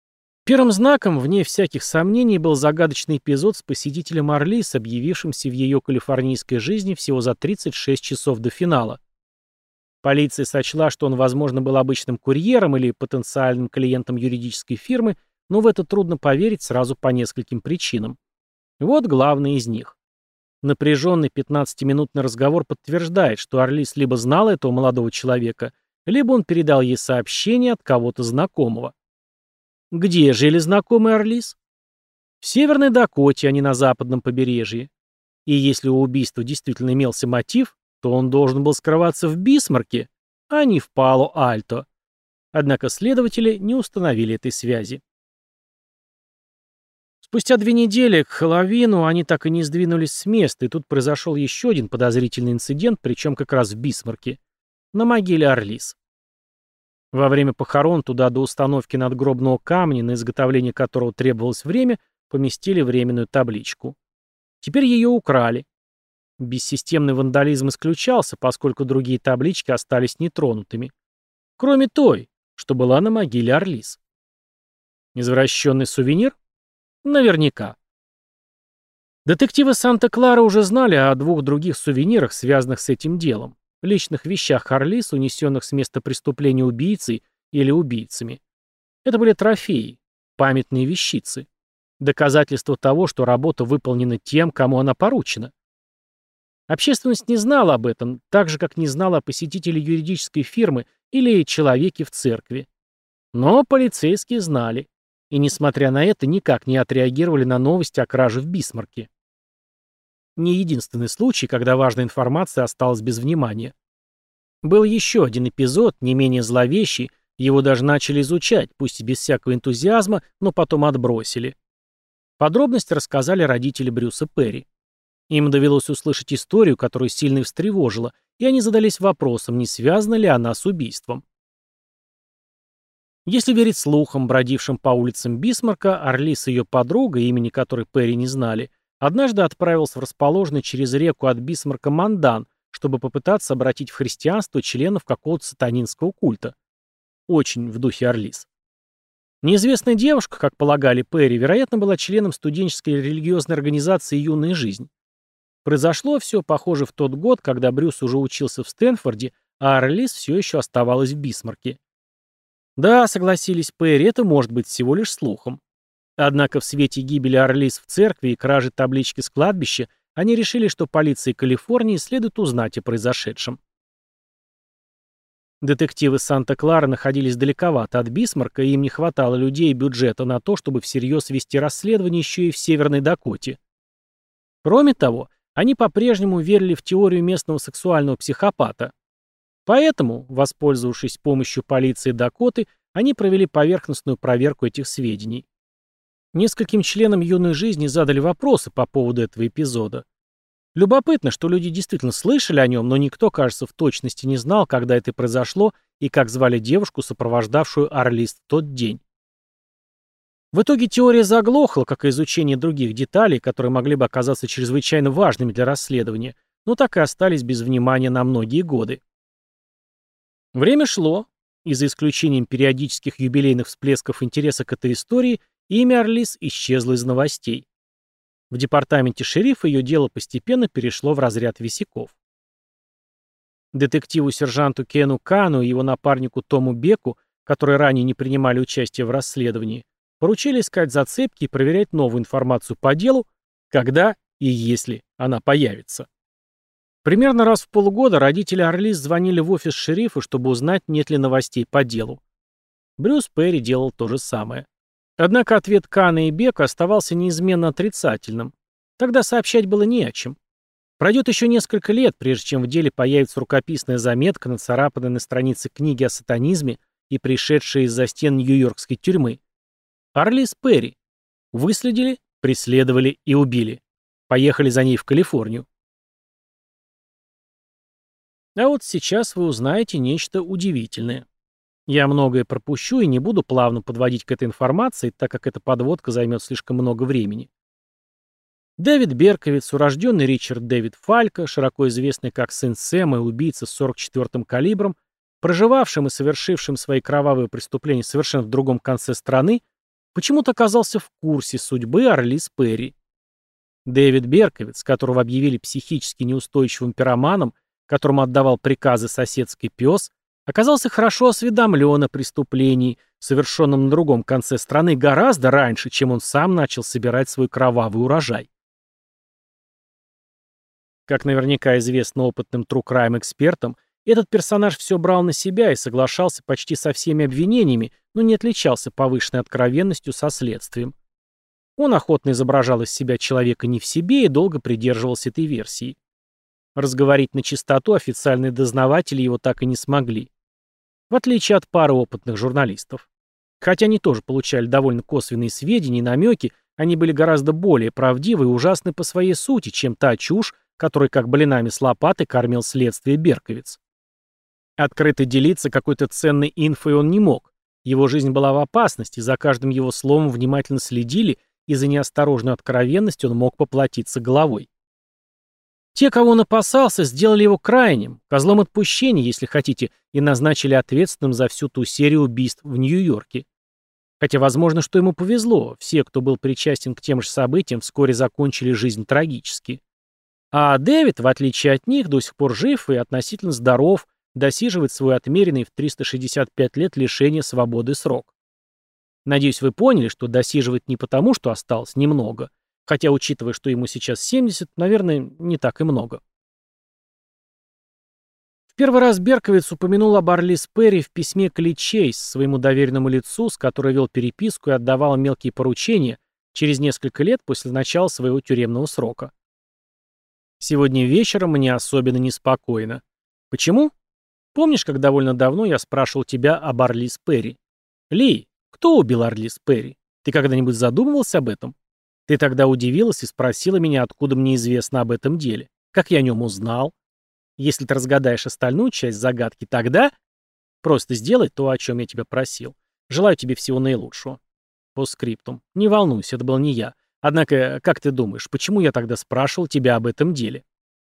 [SPEAKER 1] Первым знаком, вне всяких сомнений, был загадочный эпизод с посетителем Арлис, объявившимся в ее калифорнийской жизни всего за 36 часов до финала. Полиция сочла, что он, возможно, был обычным курьером или потенциальным клиентом юридической фирмы, но в это трудно поверить сразу по нескольким причинам. Вот главный из них. Напряженный 15-минутный разговор подтверждает, что Арлис либо знал этого молодого человека, либо он передал ей сообщение от кого-то знакомого. Где жили знакомые Арлис? В Северной Дакоте, а не на западном побережье. И если у убийства действительно имелся мотив, то он должен был скрываться в Бисмарке, а не в Пало-Альто. Однако следователи не установили этой связи. Спустя 2 недели к Хэллоуину они так и не сдвинулись с места, и тут произошел еще один подозрительный инцидент, причем как раз в Бисмарке, на могиле Арлис. Во время похорон туда до установки надгробного камня, на изготовление которого требовалось время, поместили временную табличку. Теперь ее украли. Бессистемный вандализм исключался, поскольку другие таблички остались нетронутыми. Кроме той, что была на могиле Арлис. Извращенный сувенир? Наверняка. Детективы Санта-Клара уже знали о 2 других сувенирах, связанных с этим делом. Личных вещах Арлис, унесенных с места преступления убийцей или убийцами. Это были трофеи, памятные вещицы. Доказательство того, что работа выполнена тем, кому она поручена. Общественность не знала об этом, так же, как не знала о посетителе юридической фирмы или человеке в церкви. Но полицейские знали. И, несмотря на это, никак не отреагировали на новости о краже в Бисмарке. Не единственный случай, когда важная информация осталась без внимания. Был еще один эпизод, не менее зловещий, его даже начали изучать, пусть и без всякого энтузиазма, но потом отбросили. Подробности рассказали родители Брюса Перри. Им довелось услышать историю, которую сильно их встревожила, и они задались вопросом, не связана ли она с убийством. Если верить слухам, бродившим по улицам Бисмарка, Арлис и ее подруга, имени которой Перри не знали, однажды отправился в расположенный через реку от Бисмарка Мандан, чтобы попытаться обратить в христианство членов какого-то сатанинского культа. Очень в духе Арлис. Неизвестная девушка, как полагали Перри, вероятно, была членом студенческой религиозной организации «Юная жизнь». Произошло все, похоже, в тот год, когда Брюс уже учился в Стэнфорде, а Арлис все еще оставалась в Бисмарке. Да, согласились Перри, это может быть всего лишь слухом. Однако в свете гибели Арлис в церкви и кражи таблички с кладбища они решили, что полиции Калифорнии следует узнать о произошедшем. Детективы Санта-Клара находились далековато от Бисмарка, и им не хватало людей и бюджета на то, чтобы всерьез вести расследование еще и в Северной Дакоте. Кроме того, они по-прежнему верили в теорию местного сексуального психопата. Поэтому, воспользовавшись помощью полиции Дакоты, они провели поверхностную проверку этих сведений. Нескольким членам юной жизни задали вопросы по поводу этого эпизода. Любопытно, что люди действительно слышали о нем, но никто, кажется, в точности не знал, когда это произошло и как звали девушку, сопровождавшую Арлис в тот день. В итоге теория заглохла, как и изучение других деталей, которые могли бы оказаться чрезвычайно важными для расследования, но так и остались без внимания на многие годы. Время шло, и за исключением периодических юбилейных всплесков интереса к этой истории, имя Арлис исчезло из новостей. В департаменте шерифа ее дело постепенно перешло в разряд висяков. Детективу-сержанту Кену Кану и его напарнику Тому Беку, которые ранее не принимали участие в расследовании, поручили искать зацепки и проверять новую информацию по делу, когда и если она появится. Примерно раз в полгода родители Арлис звонили в офис шерифа, чтобы узнать, нет ли новостей по делу. Брюс Перри делал то же самое. Однако ответ Кана и Бека оставался неизменно отрицательным. Тогда сообщать было не о чем. Пройдет еще несколько лет, прежде чем в деле появится рукописная заметка, нацарапанная на странице книги о сатанизме и пришедшая из-за стен нью-йоркской тюрьмы. Арлис Перри. Выследили, преследовали и убили. Поехали за ней в Калифорнию. А вот сейчас вы узнаете нечто удивительное. Я многое пропущу и не буду плавно подводить к этой информации, так как эта подводка займет слишком много времени. Дэвид Берковиц, урожденный Ричард Дэвид Фалько, широко известный как сын Сэма и убийца с 44-м калибром, проживавшим и совершившим свои кровавые преступления совершенно в другом конце страны, почему-то оказался в курсе судьбы Арлис Перри. Дэвид Берковиц, которого объявили психически неустойчивым пироманом, которому отдавал приказы соседский пес, оказался хорошо осведомлен о преступлении, совершенном на другом конце страны гораздо раньше, чем он сам начал собирать свой кровавый урожай. Как наверняка известно опытным true crime экспертам, этот персонаж все брал на себя и соглашался почти со всеми обвинениями, но не отличался повышенной откровенностью со следствием. Он охотно изображал из себя человека не в себе и долго придерживался этой версии. Разговорить на чистоту официальные дознаватели его так и не смогли. В отличие от пары опытных журналистов. Хотя они тоже получали довольно косвенные сведения и намеки, они были гораздо более правдивы и ужасны по своей сути, чем та чушь, которой как блинами с лопаты кормил следствие Берковиц. Открыто делиться какой-то ценной инфой он не мог. Его жизнь была в опасности, за каждым его словом внимательно следили, и за неосторожную откровенность он мог поплатиться головой. Те, кого он опасался, сделали его крайним, козлом отпущения, если хотите, и назначили ответственным за всю ту серию убийств в Нью-Йорке. Хотя, возможно, что ему повезло, все, кто был причастен к тем же событиям, вскоре закончили жизнь трагически. А Дэвид, в отличие от них, до сих пор жив и относительно здоров, досиживает свой отмеренный в 365 лет лишения свободы срок. Надеюсь, вы поняли, что досиживает не потому, что осталось немного, хотя, учитывая, что ему сейчас 70, наверное, не так и много. В первый раз Берковиц упомянул об Арлис Перри в письме к Ли Чейз, своему доверенному лицу, с которой вел переписку и отдавал мелкие поручения через несколько лет после начала своего тюремного срока. Сегодня вечером мне особенно неспокойно. Почему? Помнишь, как довольно давно я спрашивал тебя об Арлис Перри? Ли, кто убил Арлис Перри? Ты когда-нибудь задумывался об этом? Ты тогда удивилась и спросила меня, откуда мне известно об этом деле. Как я о нем узнал? Если ты разгадаешь остальную часть загадки, тогда просто сделай то, о чем я тебя просил. Желаю тебе всего наилучшего. По скриптум. Не волнуйся, это был не я. Однако, как ты думаешь, почему я тогда спрашивал тебя об этом деле?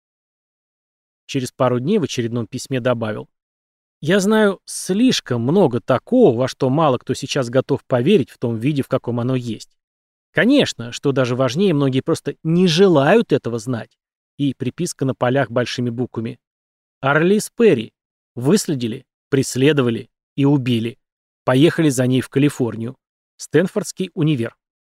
[SPEAKER 1] Через пару дней в очередном письме добавил. Я знаю слишком много такого, во что мало кто сейчас готов поверить в том виде, в каком оно есть. Конечно, что даже важнее, многие просто не желают этого знать. И приписка на полях большими буквами. Арлис Перри. Выследили, преследовали и убили. Поехали за ней в Калифорнию. Стэнфордский универ.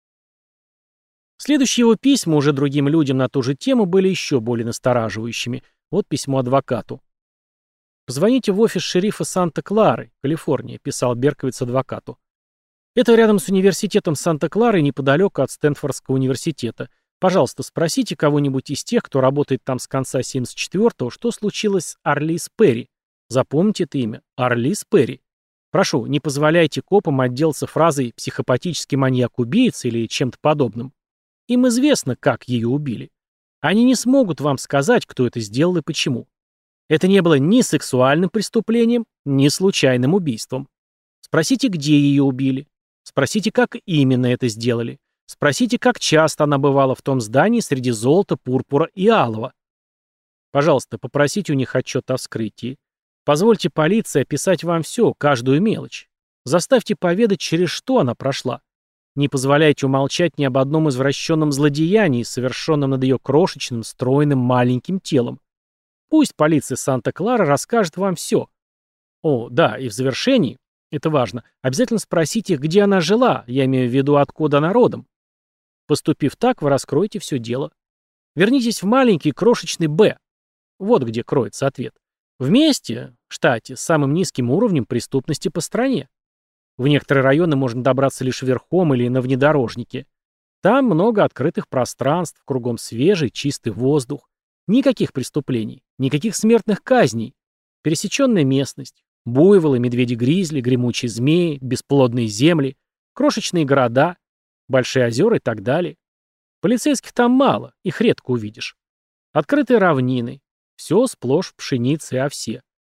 [SPEAKER 1] Следующие его письма уже другим людям на ту же тему были еще более настораживающими. Вот письмо адвокату. «Позвоните в офис шерифа Санта-Клары, Калифорния», — писал Берковиц адвокату. «Это рядом с университетом Санта-Клары, неподалеку от Стэнфордского университета. Пожалуйста, спросите кого-нибудь из тех, кто работает там с конца 74-го, что случилось с Арлис Перри. Запомните это имя. Арлис Перри. Прошу, не позволяйте копам отделаться фразой «психопатический маньяк-убийца» или чем-то подобным. Им известно, как ее убили. Они не смогут вам сказать, кто это сделал и почему. Это не было ни сексуальным преступлением, ни случайным убийством. Спросите, где ее убили. Спросите, как именно это сделали. Спросите, как часто она бывала в том здании среди золота, пурпура и алого. Пожалуйста, попросите у них отчет о вскрытии. Позвольте полиции описать вам все, каждую мелочь. Заставьте поведать, через что она прошла. Не позволяйте умолчать ни об одном извращенном злодеянии, совершенном над ее крошечным, стройным, маленьким телом. Пусть полиция Санта-Клара расскажет вам все. О, да, и в завершении, это важно, обязательно спросите, где она жила, я имею в виду, откуда она родом. Поступив так, вы раскроете все дело. Вернитесь в маленький крошечный Б. Вот где кроется ответ. Вместе, в штате, с самым низким уровнем преступности по стране. В некоторые районы можно добраться лишь верхом или на внедорожнике. Там много открытых пространств, кругом свежий, чистый воздух. Никаких преступлений, никаких смертных казней. Пересеченная местность, буйволы, медведи-гризли, гремучие змеи, бесплодные земли, крошечные города, большие озера и так далее. Полицейских там мало, их редко увидишь. Открытые равнины, все сплошь пшеница и овсе.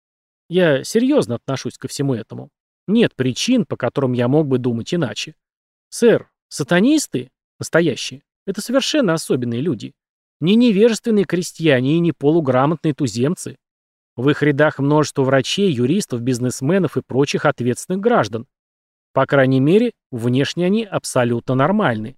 [SPEAKER 1] Я серьезно отношусь ко всему этому. Нет причин, по которым я мог бы думать иначе. Сэр, сатанисты, настоящие, это совершенно особенные люди. Не невежественные крестьяне и не полуграмотные туземцы. В их рядах множество врачей, юристов, бизнесменов и прочих ответственных граждан. По крайней мере, внешне они абсолютно нормальны.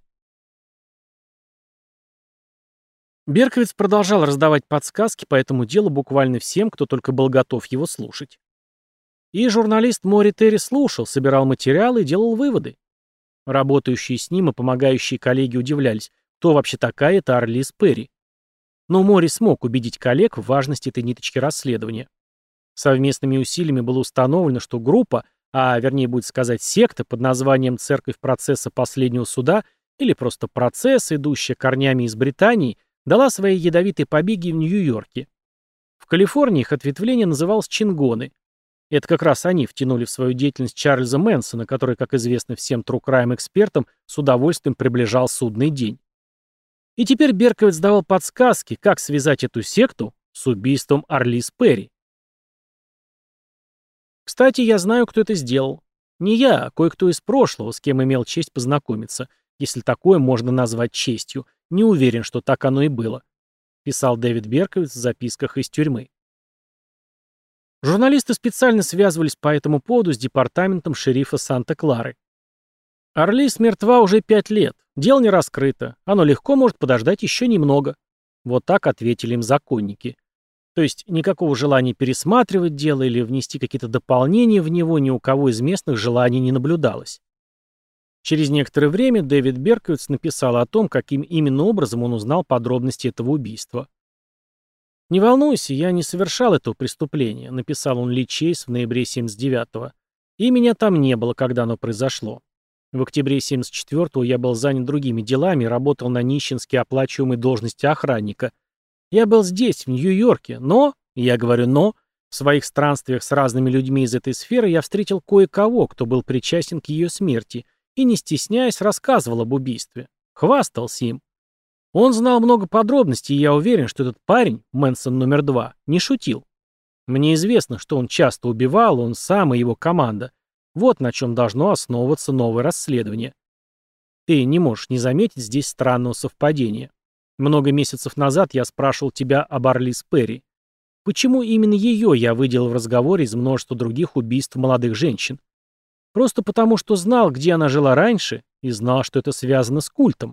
[SPEAKER 1] Берковиц продолжал раздавать подсказки по этому делу буквально всем, кто только был готов его слушать. И журналист Мори Терри слушал, собирал материалы и делал выводы. Работающие с ним и помогающие коллеги удивлялись, кто вообще такая эта Арлис Перри. Но Мори смог убедить коллег в важности этой ниточки расследования. Совместными усилиями было установлено, что группа, а вернее будет сказать секта под названием «Церковь процесса последнего суда» или просто «Процесс», идущая корнями из Британии, дала свои ядовитые побеги в Нью-Йорке. В Калифорнии их ответвление называлось «Чингоны». Это как раз они втянули в свою деятельность Чарльза Мэнсона, который, как известно всем true crime экспертам, с удовольствием приближал судный день. И теперь Берковиц давал подсказки, как связать эту секту с убийством Арлис Перри. Кстати, я знаю, кто это сделал. Не я, а кое-кто из прошлого, с кем имел честь познакомиться, если такое можно назвать честью. Не уверен, что так оно и было, писал Дэвид Берковиц в записках из тюрьмы. Журналисты специально связывались по этому поводу с департаментом шерифа Санта-Клары. Арлис мертва уже 5 лет. Дело не раскрыто. Оно легко может подождать еще немного. Вот так ответили им законники. То есть никакого желания пересматривать дело или внести какие-то дополнения в него ни у кого из местных желаний не наблюдалось. Через некоторое время Дэвид Берковиц написал о том, каким именно образом он узнал подробности этого убийства. «Не волнуйся, я не совершал этого преступления», — написал он Ли Чейз в ноябре 79-го. «И меня там не было, когда оно произошло. В октябре 74-го я был занят другими делами и работал на нищенски оплачиваемой должности охранника. Я был здесь, в Нью-Йорке, но, я говорю «но», в своих странствиях с разными людьми из этой сферы я встретил кое-кого, кто был причастен к ее смерти, и, не стесняясь, рассказывал об убийстве. Хвастался им. Он знал много подробностей, и я уверен, что этот парень, Мэнсон номер 2, не шутил. Мне известно, что он часто убивал, он сам и его команда. Вот на чем должно основываться новое расследование. Ты не можешь не заметить здесь странного совпадения. Много месяцев назад я спрашивал тебя об Арлис Перри. Почему именно ее я выделил в разговоре из множества других убийств молодых женщин? Просто потому, что знал, где она жила раньше, и знал, что это связано с культом.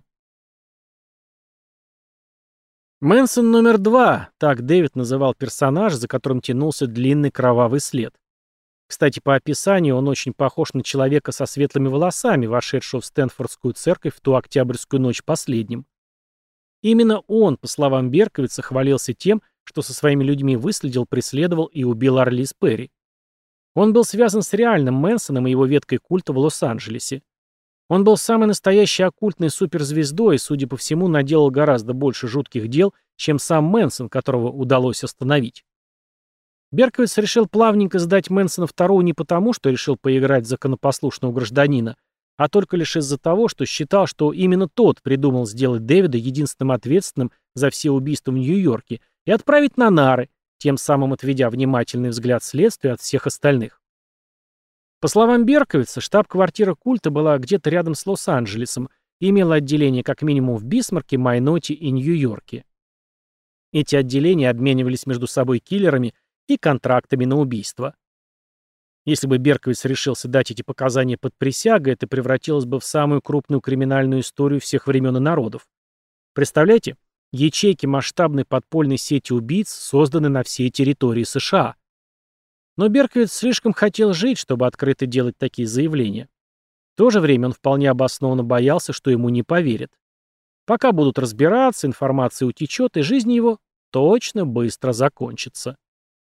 [SPEAKER 1] Мэнсон номер 2, так Дэвид называл персонаж, за которым тянулся длинный кровавый след. Кстати, по описанию он очень похож на человека со светлыми волосами, вошедшего в Стэнфордскую церковь в ту октябрьскую ночь последним. Именно он, по словам Берковица, хвалился тем, что со своими людьми выследил, преследовал и убил Арлис Перри. Он был связан с реальным Мэнсоном и его веткой культа в Лос-Анджелесе. Он был самой настоящей оккультной суперзвездой и, судя по всему, наделал гораздо больше жутких дел, чем сам Мэнсон, которого удалось остановить. Берковиц решил плавненько сдать Мэнсона второго не потому, что решил поиграть в законопослушного гражданина, а только лишь из-за того, что считал, что именно тот придумал сделать Дэвида единственным ответственным за все убийства в Нью-Йорке и отправить на нары, тем самым отведя внимательный взгляд следствия от всех остальных. По словам Берковица, штаб-квартира культа была где-то рядом с Лос-Анджелесом и имела отделение как минимум в Бисмарке, Майноте и Нью-Йорке. Эти отделения обменивались между собой киллерами и контрактами на убийство. Если бы Берковиц решился дать эти показания под присягой, это превратилось бы в самую крупную криминальную историю всех времен и народов. Представляете? Ячейки масштабной подпольной сети убийц созданы на всей территории США. Но Берковиц слишком хотел жить, чтобы открыто делать такие заявления. В то же время он вполне обоснованно боялся, что ему не поверят. Пока будут разбираться, информация утечет, и жизнь его точно быстро закончится.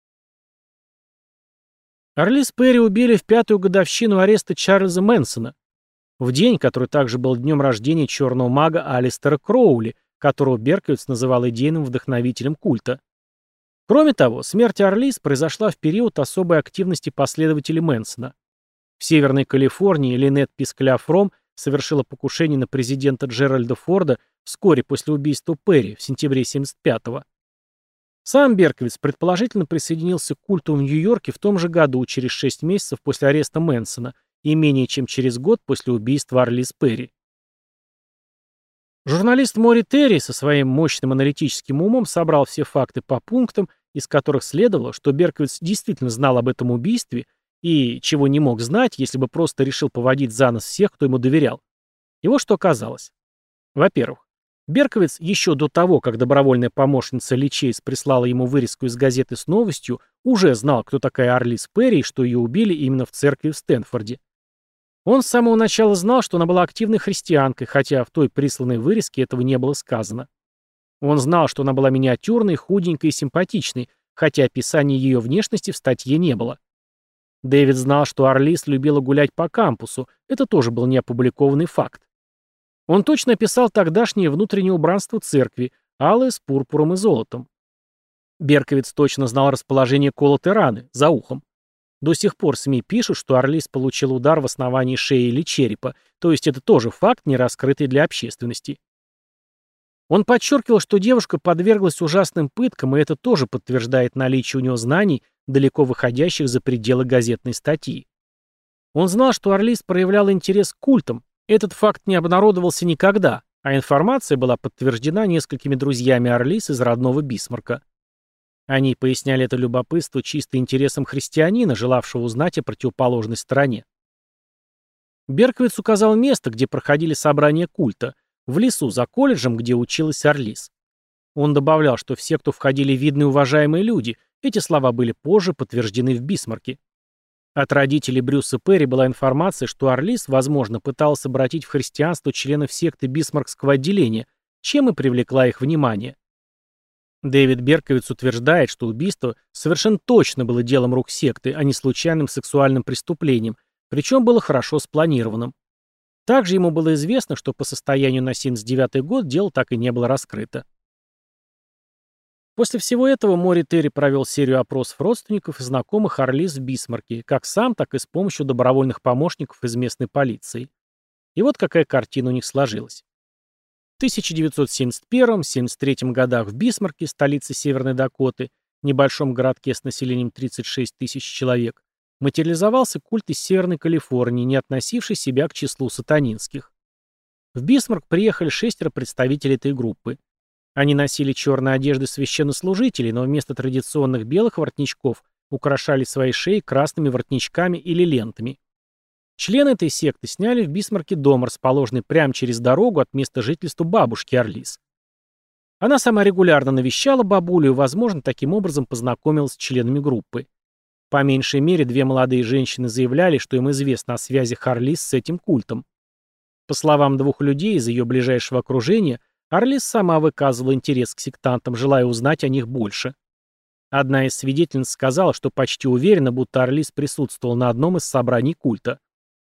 [SPEAKER 1] Арлис Перри убили в 5-ю годовщину ареста Чарльза Мэнсона, в день, который также был днем рождения черного мага Алистера Кроули, которого Берковиц называл идейным вдохновителем культа. Кроме того, смерть Арлис произошла в период особой активности последователей Мэнсона. В Северной Калифорнии Линет Пискляф-Ром совершила покушение на президента Джеральда Форда вскоре после убийства Перри в сентябре 1975-го. Сам Берковиц предположительно присоединился к культу в Нью-Йорке в том же году, через 6 месяцев после ареста Мэнсона и менее чем через год после убийства Арлис Перри. Журналист Мори Терри со своим мощным аналитическим умом собрал все факты по пунктам, из которых следовало, что Берковиц действительно знал об этом убийстве и чего не мог знать, если бы просто решил поводить за нос всех, кто ему доверял. И вот что оказалось. Во-первых, Берковиц еще до того, как добровольная помощница Ли Чейз прислала ему вырезку из газеты с новостью, уже знал, кто такая Арлис Перри и что ее убили именно в церкви в Стэнфорде. Он с самого начала знал, что она была активной христианкой, хотя в той присланной вырезке этого не было сказано. Он знал, что она была миниатюрной, худенькой и симпатичной, хотя описания ее внешности в статье не было. Дэвид знал, что Арлис любила гулять по кампусу, это тоже был неопубликованный факт. Он точно описал тогдашнее внутреннее убранство церкви, алое с пурпуром и золотом. Берковиц точно знал расположение колотой раны, за ухом. До сих пор СМИ пишут, что Арлис получил удар в основании шеи или черепа, то есть это тоже факт, не раскрытый для общественности. Он подчеркивал, что девушка подверглась ужасным пыткам, и это тоже подтверждает наличие у него знаний, далеко выходящих за пределы газетной статьи. Он знал, что Арлис проявлял интерес к культам. Этот факт не обнародовался никогда, а информация была подтверждена несколькими друзьями Арлис из родного Бисмарка. Они поясняли это любопытство чисто интересом христианина, желавшего узнать о противоположной стороне. Берковиц указал место, где проходили собрания культа, в лесу за колледжем, где училась Арлис. Он добавлял, что все, кто входили, видные уважаемые люди, эти слова были позже подтверждены в Бисмарке. От родителей Брюса Перри была информация, что Арлис, возможно, пыталась обратить в христианство членов секты Бисмаркского отделения, чем и привлекла их внимание. Дэвид Берковиц утверждает, что убийство совершенно точно было делом рук секты, а не случайным сексуальным преступлением, причем было хорошо спланированным. Также ему было известно, что по состоянию на 1979 год дело так и не было раскрыто. После всего этого Мори Терри провел серию опросов родственников и знакомых Арлис в Бисмарке, как сам, так и с помощью добровольных помощников из местной полиции. И вот какая картина у них сложилась. В 1971-1973 годах в Бисмарке, столице Северной Дакоты, небольшом городке с населением 36 тысяч человек, материализовался культ из Северной Калифорнии, не относивший себя к числу сатанинских. В Бисмарк приехали 6 представителей этой группы. Они носили черные одежды священнослужителей, но вместо традиционных белых воротничков украшали свои шеи красными воротничками или лентами. Члены этой секты сняли в Бисмарке дом, расположенный прямо через дорогу от места жительства бабушки Арлис. Она сама регулярно навещала бабулю и, возможно, таким образом познакомилась с членами группы. По меньшей мере, 2 молодые женщины заявляли, что им известно о связях Арлис с этим культом. По словам 2 людей из ее ближайшего окружения, Арлис сама выказывала интерес к сектантам, желая узнать о них больше. Одна из свидетельниц сказала, что почти уверена, будто Арлис присутствовал на одном из собраний культа.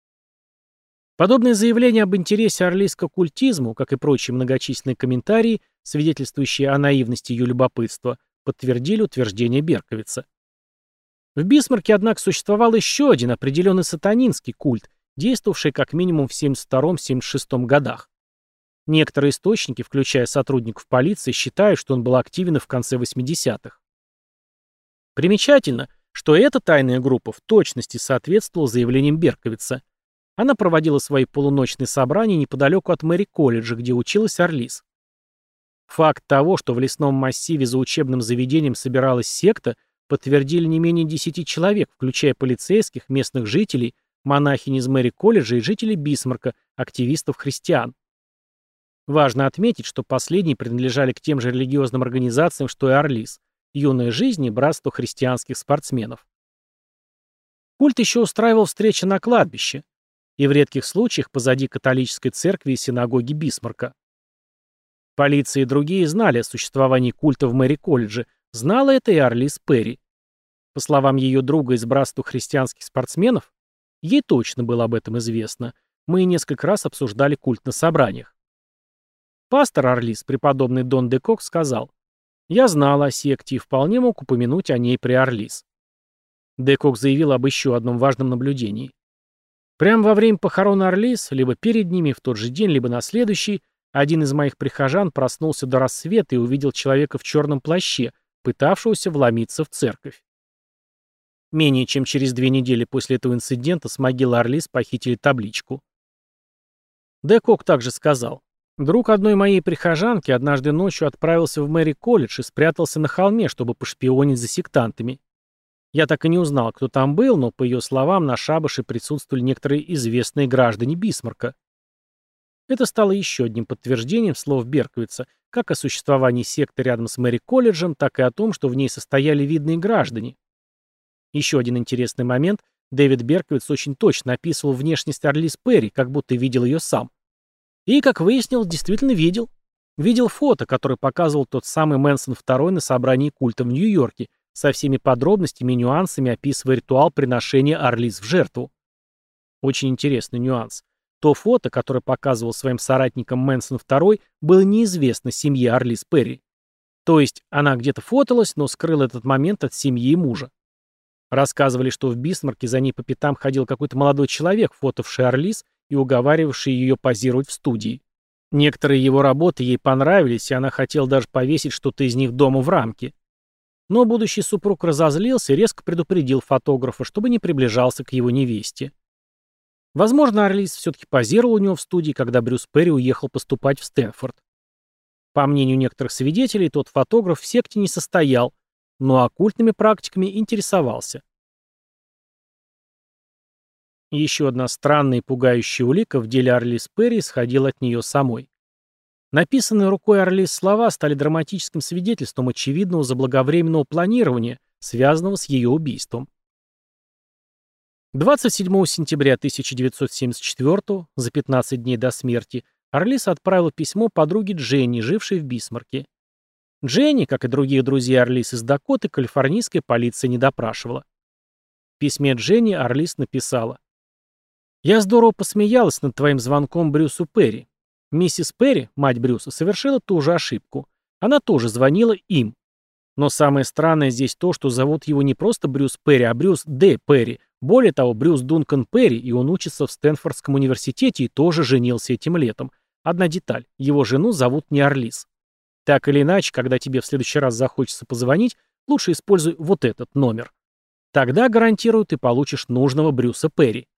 [SPEAKER 1] Подобные заявления об интересе Арлис к оккультизму, как и прочие многочисленные комментарии, свидетельствующие о наивности ее любопытства, подтвердили утверждение Берковица. В Бисмарке, однако, существовал еще один определенный сатанинский культ, действовавший как минимум в 1972-1976 годах. Некоторые источники, включая сотрудников полиции, считают, что он был активен и в конце 80-х. Примечательно, что эта тайная группа в точности соответствовала заявлениям Берковица. Она проводила свои полуночные собрания неподалеку от Мэри-колледжа, где училась Арлис. Факт того, что в лесном массиве за учебным заведением собиралась секта, подтвердили не менее 10 человек, включая полицейских, местных жителей, монахинь из Мэри-колледжа и жителей Бисмарка, активистов-христиан. Важно отметить, что последние принадлежали к тем же религиозным организациям, что и Арлис, Юная жизнь и Братство христианских спортсменов. Культ еще устраивал встречи на кладбище и в редких случаях позади католической церкви и синагоги Бисмарка. Полиция и другие знали о существовании культа в Мэри-колледже, знала это и Арлис Перри. По словам ее друга из Братства христианских спортсменов, ей точно было об этом известно. Мы несколько раз обсуждали культ на собраниях. Пастор Арлис, преподобный Дон де Кок, сказал: «Я знал о секте и вполне мог упомянуть о ней при Арлис». Де Кок заявил об еще одном важном наблюдении. Прямо во время похорон Арлис, либо перед ними, в тот же день, либо на следующий, один из моих прихожан проснулся до рассвета и увидел человека в черном плаще, пытавшегося вломиться в церковь. Менее чем через 2 недели после этого инцидента с могилы Арлис похитили табличку. Де Кок также сказал: «Друг одной моей прихожанки однажды ночью отправился в Мэри-колледж и спрятался на холме, чтобы пошпионить за сектантами. Я так и не узнал, кто там был, но, по ее словам, на шабаше присутствовали некоторые известные граждане Бисмарка. Это стало еще одним подтверждением слов Берковица, как о существовании секты рядом с Мэри-колледжем, так и о том, что в ней состояли видные граждане. Еще один интересный момент. Дэвид Берковиц очень точно описывал внешность Арлис Перри, как будто видел ее сам. И, как выяснилось, действительно видел. Видел фото, которое показывал тот самый Мэнсон II на собрании культа в Нью-Йорке, со всеми подробностями и нюансами описывая ритуал приношения Арлис в жертву. Очень интересный нюанс. То фото, которое показывал своим соратникам Мэнсон II, было неизвестно семье Арлис Перри. То есть она где-то фоталась, но скрыла этот момент от семьи и мужа. Рассказывали, что в Бисмарке за ней по пятам ходил какой-то молодой человек, фотавший Арлис и уговаривавший ее позировать в студии. Некоторые его работы ей понравились, и она хотела даже повесить что-то из них дома в рамке. Но будущий супруг разозлился и резко предупредил фотографа, чтобы не приближался к его невесте. Возможно, Арлис все-таки позировал у него в студии, когда Брюс Перри уехал поступать в Стэнфорд. По мнению некоторых свидетелей, тот фотограф в секте не состоял, но оккультными практиками интересовался. Еще одна странная и пугающая улика в деле Арлис Перри исходила от нее самой. Написанные рукой Арлис слова стали драматическим свидетельством очевидного заблаговременного планирования, связанного с ее убийством. 27 сентября 1974, за 15 дней до смерти, Арлис отправила письмо подруге Дженни, жившей в Бисмарке. Дженни, как и другие друзья Арлис из Дакоты, калифорнийская полиция не допрашивала. В письме Дженни Арлис написала: «Я здорово посмеялась над твоим звонком Брюсу Перри. Миссис Перри, мать Брюса, совершила ту же ошибку. Она тоже звонила им. Но самое странное здесь то, что зовут его не просто Брюс Перри, а Брюс Д. Перри. Более того, Брюс Дункан Перри, и он учится в Стэнфордском университете и тоже женился этим летом. Одна деталь. Его жену зовут не Арлис. Так или иначе, когда тебе в следующий раз захочется позвонить, лучше используй вот этот номер. Тогда, гарантирую, ты получишь нужного Брюса Перри».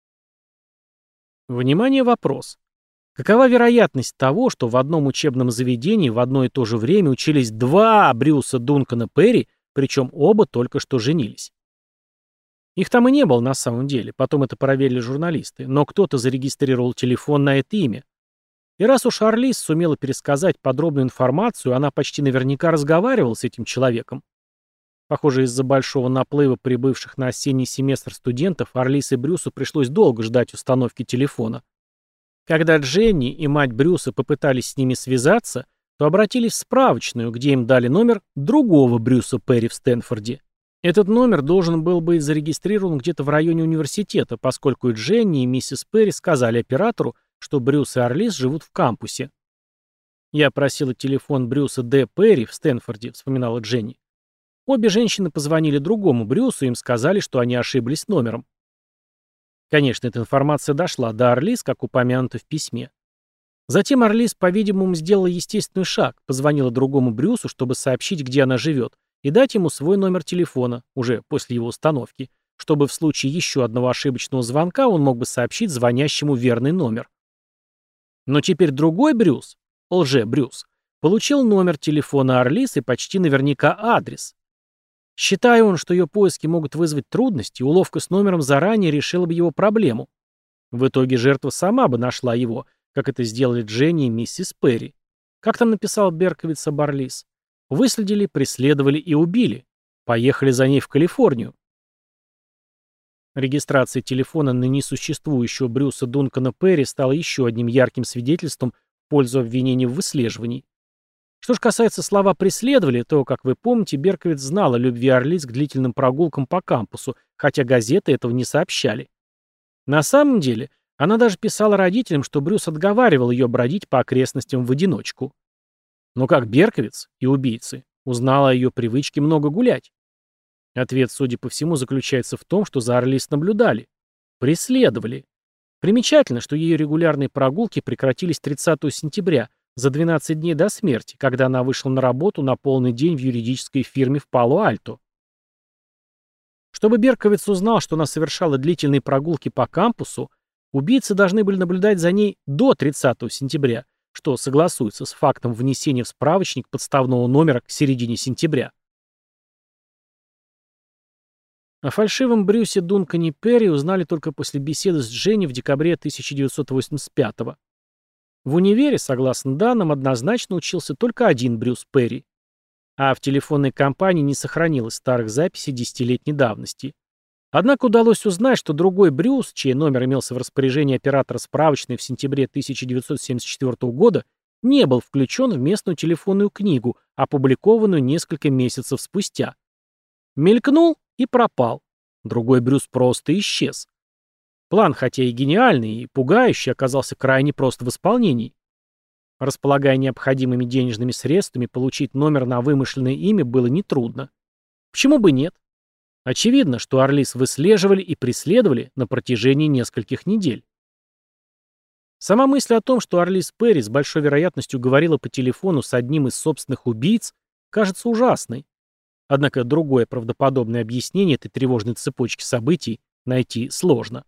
[SPEAKER 1] Внимание, вопрос. Какова вероятность того, что в одном учебном заведении в одно и то же время учились два Брюса Дункана Перри, причем оба только что женились? Их там и не было на самом деле, потом это проверили журналисты, но кто-то зарегистрировал телефон на это имя. И раз уж Арлис сумела пересказать подробную информацию, она почти наверняка разговаривала с этим человеком. Похоже, из-за большого наплыва прибывших на осенний семестр студентов Арлис и Брюсу пришлось долго ждать установки телефона. Когда Дженни и мать Брюса попытались с ними связаться, то обратились в справочную, где им дали номер другого Брюса Перри в Стэнфорде. Этот номер должен был быть зарегистрирован где-то в районе университета, поскольку и Дженни, и миссис Перри сказали оператору, что Брюс и Арлис живут в кампусе. «Я просила телефон Брюса Д. Перри в Стэнфорде», — вспоминала Дженни. Обе женщины позвонили другому Брюсу, и им сказали, что они ошиблись номером. Конечно, эта информация дошла до Арлис, как упомянуто в письме. Затем Арлис, по-видимому, сделала естественный шаг, позвонила другому Брюсу, чтобы сообщить, где она живет, и дать ему свой номер телефона, уже после его установки, чтобы в случае еще одного ошибочного звонка он мог бы сообщить звонящему верный номер. Но теперь другой Брюс, лже-Брюс, получил номер телефона Арлис и почти наверняка адрес. Считая он, что ее поиски могут вызвать трудности, уловка с номером заранее решила бы его проблему. В итоге жертва сама бы нашла его, как это сделали Дженни и миссис Перри. Как там написал Берковиц об Арлис? Выследили, преследовали и убили. Поехали за ней в Калифорнию. Регистрация телефона на несуществующего Брюса Дункана Перри стала еще одним ярким свидетельством в пользу обвинений в выслеживании. Что же касается слова «преследовали», то, как вы помните, Берковиц знала о любви Арлис к длительным прогулкам по кампусу, хотя газеты этого не сообщали. На самом деле, она даже писала родителям, что Брюс отговаривал ее бродить по окрестностям в одиночку. Но как Берковиц и убийцы узнала о ее привычке много гулять? Ответ, судя по всему, заключается в том, что за Арлис наблюдали. Преследовали. Примечательно, что ее регулярные прогулки прекратились 30 сентября, за 12 дней до смерти, когда она вышла на работу на полный день в юридической фирме в Пало-Альто. Чтобы Берковиц узнал, что она совершала длительные прогулки по кампусу, убийцы должны были наблюдать за ней до 30 сентября, что согласуется с фактом внесения в справочник подставного номера к середине сентября. О фальшивом Брюсе Дункане Перри узнали только после беседы с Дженни в декабре 1985-го. В универе, согласно данным, однозначно учился только один Брюс Перри. А в телефонной компании не сохранилось старых записей десятилетней давности. Однако удалось узнать, что другой Брюс, чей номер имелся в распоряжении оператора справочной в сентябре 1974 года, не был включен в местную телефонную книгу, опубликованную несколько месяцев спустя. Мелькнул и пропал. Другой Брюс просто исчез. План, хотя и гениальный, и пугающий, оказался крайне прост в исполнении. Располагая необходимыми денежными средствами, получить номер на вымышленное имя было нетрудно. Почему бы нет? Очевидно, что Арлис выслеживали и преследовали на протяжении нескольких недель. Сама мысль о том, что Арлис Перри с большой вероятностью говорила по телефону с одним из собственных убийц, кажется ужасной. Однако другое правдоподобное объяснение этой тревожной цепочки событий найти сложно.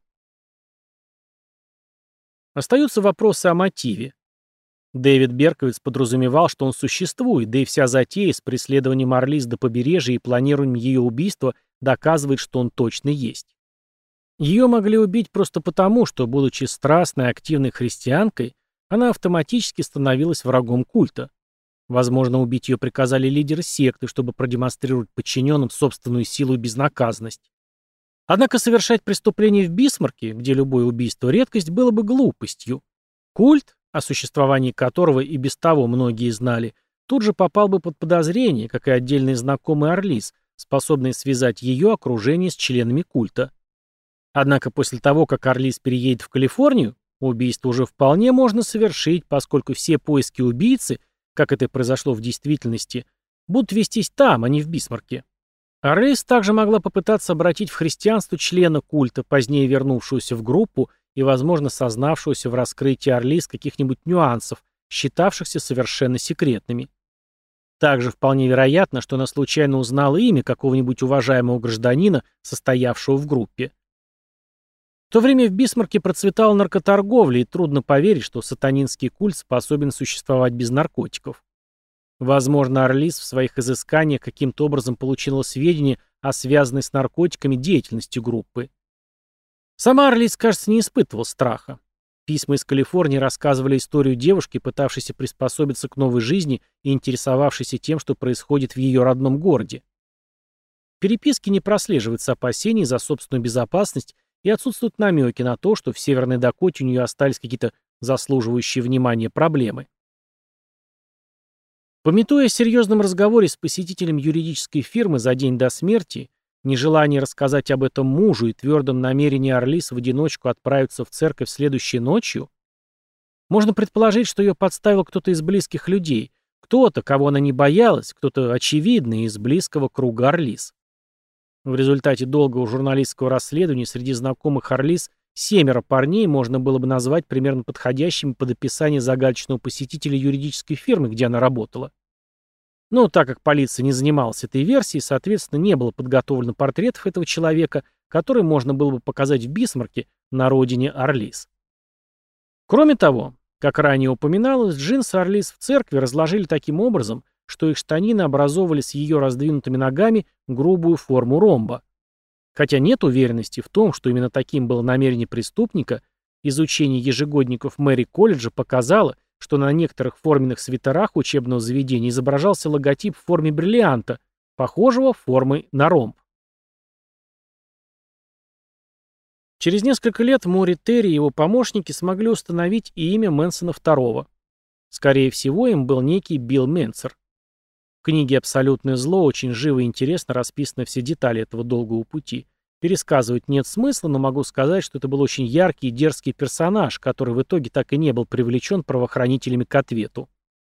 [SPEAKER 1] Остаются вопросы о мотиве. Дэвид Берковиц подразумевал, что он существует, да и вся затея с преследованием Арлис до побережья и планированием ее убийства доказывает, что он точно есть. Ее могли убить просто потому, что, будучи страстной, активной христианкой, она автоматически становилась врагом культа. Возможно, убить ее приказали лидеры секты, чтобы продемонстрировать подчиненным собственную силу и безнаказанность. Однако совершать преступление в Бисмарке, где любое убийство — редкость, было бы глупостью. Культ, о существовании которого и без того многие знали, тут же попал бы под подозрение, как и отдельные знакомые Арлис, способные связать ее окружение с членами культа. Однако после того, как Арлис переедет в Калифорнию, убийство уже вполне можно совершить, поскольку все поиски убийцы, как это произошло в действительности, будут вестись там, а не в Бисмарке. Арлис также могла попытаться обратить в христианство члена культа, позднее вернувшегося в группу и, возможно, сознавшегося в раскрытии Арлис каких-нибудь нюансов, считавшихся совершенно секретными. Также вполне вероятно, что она случайно узнала имя какого-нибудь уважаемого гражданина, состоявшего в группе. В то время в Бисмарке процветала наркоторговля, и трудно поверить, что сатанинский культ способен существовать без наркотиков. Возможно, Арлис в своих изысканиях каким-то образом получила сведения о связанной с наркотиками деятельности группы. Сама Арлис, кажется, не испытывала страха. Письма из Калифорнии рассказывали историю девушки, пытавшейся приспособиться к новой жизни и интересовавшейся тем, что происходит в ее родном городе. В переписке не прослеживается опасений за собственную безопасность и отсутствуют намеки на то, что в Северной Дакоте у нее остались какие-то заслуживающие внимания проблемы. Памятуя о серьезном разговоре с посетителем юридической фирмы за день до смерти, нежелание рассказать об этом мужу и твердом намерении Арлис в одиночку отправиться в церковь следующей ночью, можно предположить, что ее подставил кто-то из близких людей, кто-то, кого она не боялась, кто-то очевидный из близкого круга Арлис. В результате долгого журналистского расследования среди знакомых Арлис 7 парней можно было бы назвать примерно подходящими под описание загадочного посетителя юридической фирмы, где она работала. Но так как полиция не занималась этой версией, соответственно, не было подготовлено портретов этого человека, который можно было бы показать в Бисмарке, на родине Арлис. Кроме того, как ранее упоминалось, джинсы Арлис в церкви разложили таким образом, что их штанины образовывали с ее раздвинутыми ногами грубую форму ромба. Хотя нет уверенности в том, что именно таким было намерение преступника, изучение ежегодников Мэри колледжа показало, что на некоторых форменных свитерах учебного заведения изображался логотип в форме бриллианта, похожего формой на ромб. Через несколько лет Мори Терри и его помощники смогли установить и имя Мэнсона II. Скорее всего, им был некий Билл Менцер. В книге «Абсолютное зло» очень живо и интересно расписаны все детали этого долгого пути. Пересказывать нет смысла, но могу сказать, что это был очень яркий и дерзкий персонаж, который в итоге так и не был привлечен правоохранителями к ответу.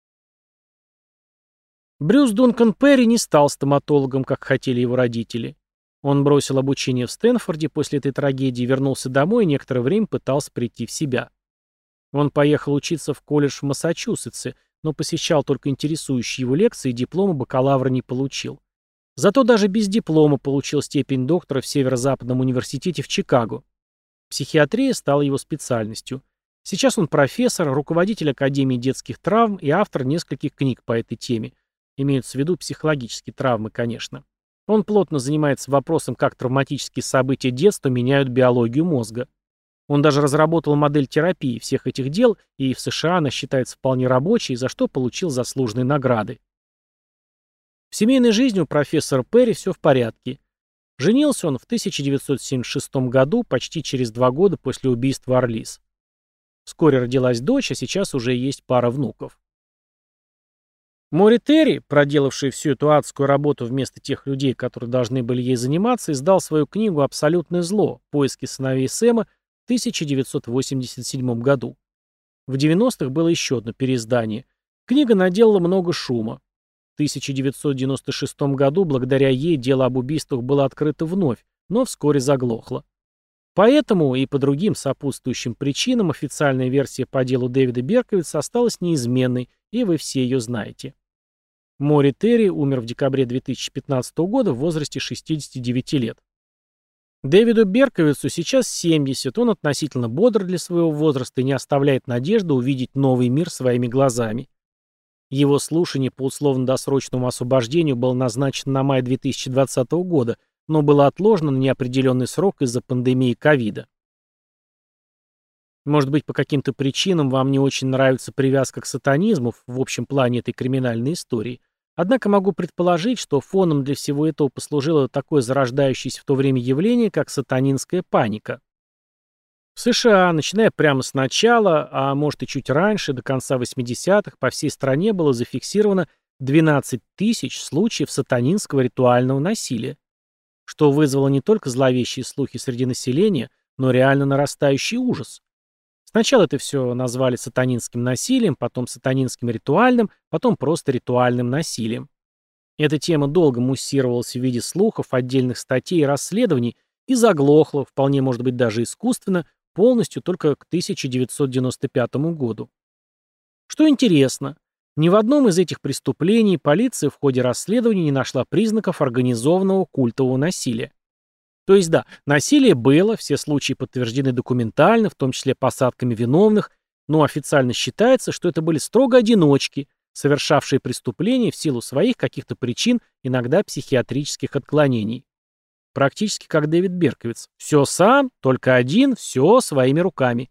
[SPEAKER 1] Брюс Дункан Перри не стал стоматологом, как хотели его родители. Он бросил обучение в Стэнфорде после этой трагедии, вернулся домой и некоторое время пытался прийти в себя. Он поехал учиться в колледж в Массачусетсе, но посещал только интересующие его лекции и диплома бакалавра не получил. Зато даже без диплома получил степень доктора в Северо-Западном университете в Чикаго. Психиатрия стала его специальностью. Сейчас он профессор, руководитель Академии детских травм и автор нескольких книг по этой теме. Имеются в виду психологические травмы, конечно. Он плотно занимается вопросом, как травматические события детства меняют биологию мозга. Он даже разработал модель терапии всех этих дел, и в США она считается вполне рабочей, за что получил заслуженные награды. В семейной жизни у профессора Перри все в порядке. Женился он в 1976 году, почти через 2 года после убийства Арлис. Вскоре родилась дочь, а сейчас уже есть пара внуков. Мори Терри, проделавший всю эту адскую работу вместо тех людей, которые должны были ей заниматься, издал свою книгу «Абсолютное зло. Поиски сыновей Сэма» в 1987 году. В 90-х было еще одно переиздание. Книга наделала много шума. В 1996 году благодаря ей дело об убийствах было открыто вновь, но вскоре заглохло. Поэтому и по другим сопутствующим причинам официальная версия по делу Дэвида Берковица осталась неизменной, и вы все ее знаете. Мори Терри умер в декабре 2015 года в возрасте 69 лет. Дэвиду Берковицу сейчас 70, он относительно бодр для своего возраста и не оставляет надежды увидеть новый мир своими глазами. Его слушание по условно-досрочному освобождению было назначено на май 2020 года, но было отложено на неопределенный срок из-за пандемии ковида. Может быть, по каким-то причинам вам не очень нравится привязка к сатанизму в общем плане этой криминальной истории. Однако могу предположить, что фоном для всего этого послужило такое зарождающееся в то время явление, как сатанинская паника. В США, начиная прямо с начала, а может и чуть раньше, до конца 80-х, по всей стране было зафиксировано 12 тысяч случаев сатанинского ритуального насилия, что вызвало не только зловещие слухи среди населения, но реально нарастающий ужас. Сначала это все назвали сатанинским насилием, потом сатанинским ритуальным, потом просто ритуальным насилием. Эта тема долго муссировалась в виде слухов, отдельных статей и расследований и заглохла, вполне может быть даже искусственно, полностью только к 1995 году. Что интересно, ни в одном из этих преступлений полиция в ходе расследования не нашла признаков организованного культового насилия. То есть да, насилие было, все случаи подтверждены документально, в том числе посадками виновных, но официально считается, что это были строго одиночки, совершавшие преступления в силу своих каких-то причин, иногда психиатрических отклонений. Практически как Дэвид Берковиц. Все сам, только один, все своими руками.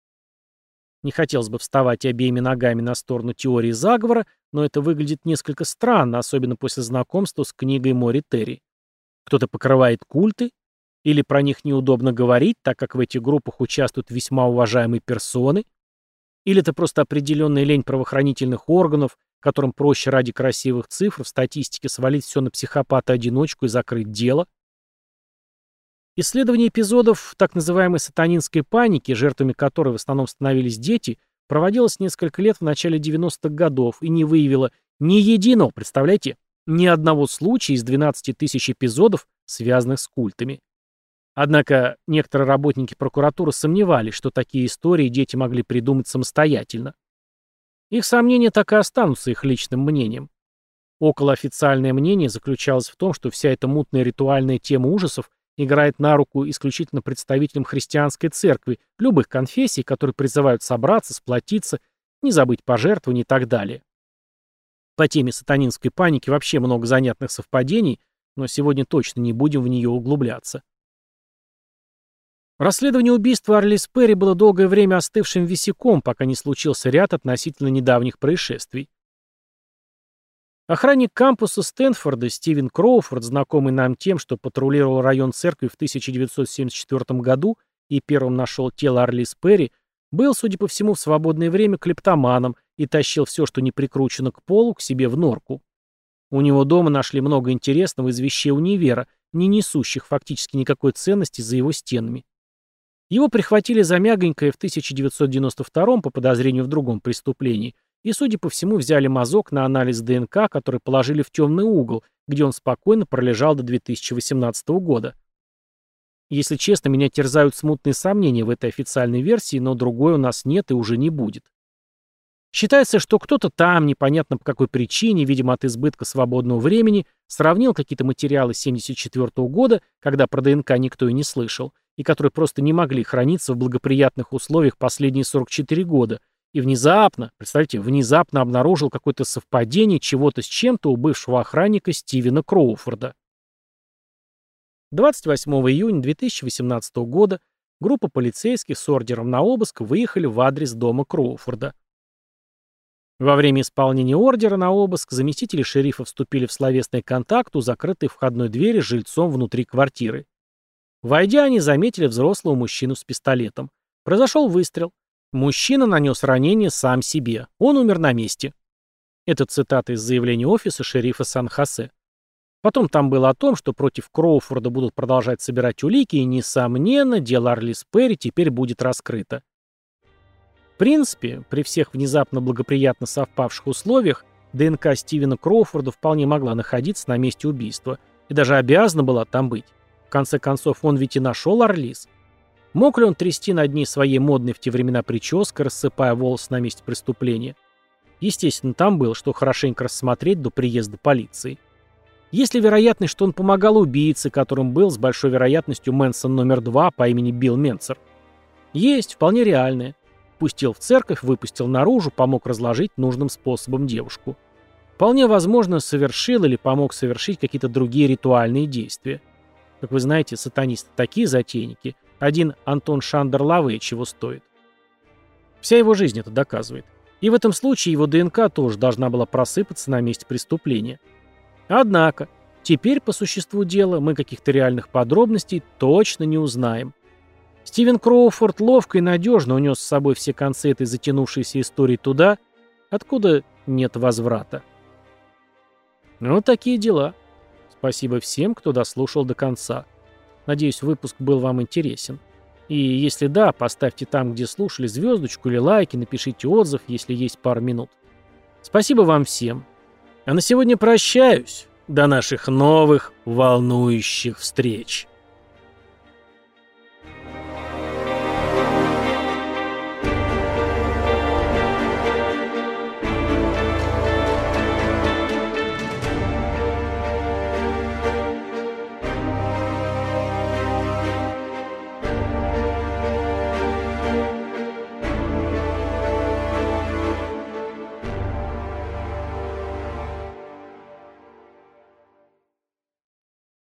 [SPEAKER 1] Не хотелось бы вставать обеими ногами на сторону теории заговора, но это выглядит несколько странно, особенно после знакомства с книгой Мори Терри. Кто-то покрывает культы, или про них неудобно говорить, так как в этих группах участвуют весьма уважаемые персоны, или это просто определенная лень правоохранительных органов, которым проще ради красивых цифр в статистике свалить все на психопата-одиночку и закрыть дело. Исследование эпизодов так называемой сатанинской паники, жертвами которой в основном становились дети, проводилось несколько лет в начале 90-х годов и не выявило ни единого, представляете, ни одного случая из 12 тысяч эпизодов, связанных с культами. Однако некоторые работники прокуратуры сомневались, что такие истории дети могли придумать самостоятельно. Их сомнения так и останутся их личным мнением. Околоофициальное мнение заключалось в том, что вся эта мутная ритуальная тема ужасов играет на руку исключительно представителям христианской церкви, любых конфессий, которые призывают собраться, сплотиться, не забыть пожертвования и так далее. По теме сатанинской паники вообще много занятных совпадений, но сегодня точно не будем в нее углубляться. Расследование убийства Арлис Перри было долгое время остывшим висяком, пока не случился ряд относительно недавних происшествий. Охранник кампуса Стэнфорда Стивен Кроуфорд, знакомый нам тем, что патрулировал район церкви в 1974 году и первым нашел тело Арлис Перри, был, судя по всему, в свободное время клептоманом и тащил все, что не прикручено к полу, к себе в норку. У него дома нашли много интересного из вещей универа, не несущих фактически никакой ценности за его стенами. Его прихватили за мягонькое в 1992 по подозрению в другом преступлении и, судя по всему, взяли мазок на анализ ДНК, который положили в темный угол, где он спокойно пролежал до 2018 года. Если честно, меня терзают смутные сомнения в этой официальной версии, но другой у нас нет и уже не будет. Считается, что кто-то там, непонятно по какой причине, видимо от избытка свободного времени, сравнил какие-то материалы 1974 года, когда про ДНК никто и не слышал, и которые просто не могли храниться в благоприятных условиях последние 44 года, и внезапно, представьте, внезапно обнаружил какое-то совпадение чего-то с чем-то у бывшего охранника Стивена Кроуфорда. 28 июня 2018 года группа полицейских с ордером на обыск выехали в адрес дома Кроуфорда. Во время исполнения ордера на обыск заместители шерифа вступили в словесный контакт у закрытой входной двери с жильцом внутри квартиры. Войдя, они заметили взрослого мужчину с пистолетом. Произошел выстрел. Мужчина нанес ранение сам себе. Он умер на месте. Это цитата из заявления офиса шерифа Сан-Хосе. Потом там было о том, что против Кроуфорда будут продолжать собирать улики, и, несомненно, дело Арлис Перри теперь будет раскрыто. В принципе, при всех внезапно благоприятно совпавших условиях, ДНК Стивена Кроуфорда вполне могла находиться на месте убийства, и даже обязана была там быть. В конце концов, он ведь и нашел Арлис. Мог ли он трясти над ней своей модной в те времена прической, рассыпая волосы на месте преступления? Естественно, там было, что хорошенько рассмотреть до приезда полиции. Есть ли вероятность, что он помогал убийце, которым был с большой вероятностью Мэнсон номер 2 по имени Билл Менцер? Есть, вполне реальная. Пустил в церковь, выпустил наружу, помог разложить нужным способом девушку. Вполне возможно, совершил или помог совершить какие-то другие ритуальные действия. Как вы знаете, сатанисты такие затейники. Один Антон Шандер Лаве чего стоит. Вся его жизнь это доказывает. И в этом случае его ДНК тоже должна была просыпаться на месте преступления. Однако, теперь по существу дела мы каких-то реальных подробностей точно не узнаем. Стивен Кроуфорд ловко и надежно унес с собой все концы этой затянувшейся истории туда, откуда нет возврата. Вот такие дела. Спасибо всем, кто дослушал до конца. Надеюсь, выпуск был вам интересен. И если да, поставьте там, где слушали, звездочку или лайки, напишите отзыв, если есть пару минут. Спасибо вам всем. А на сегодня прощаюсь. До наших новых волнующих встреч.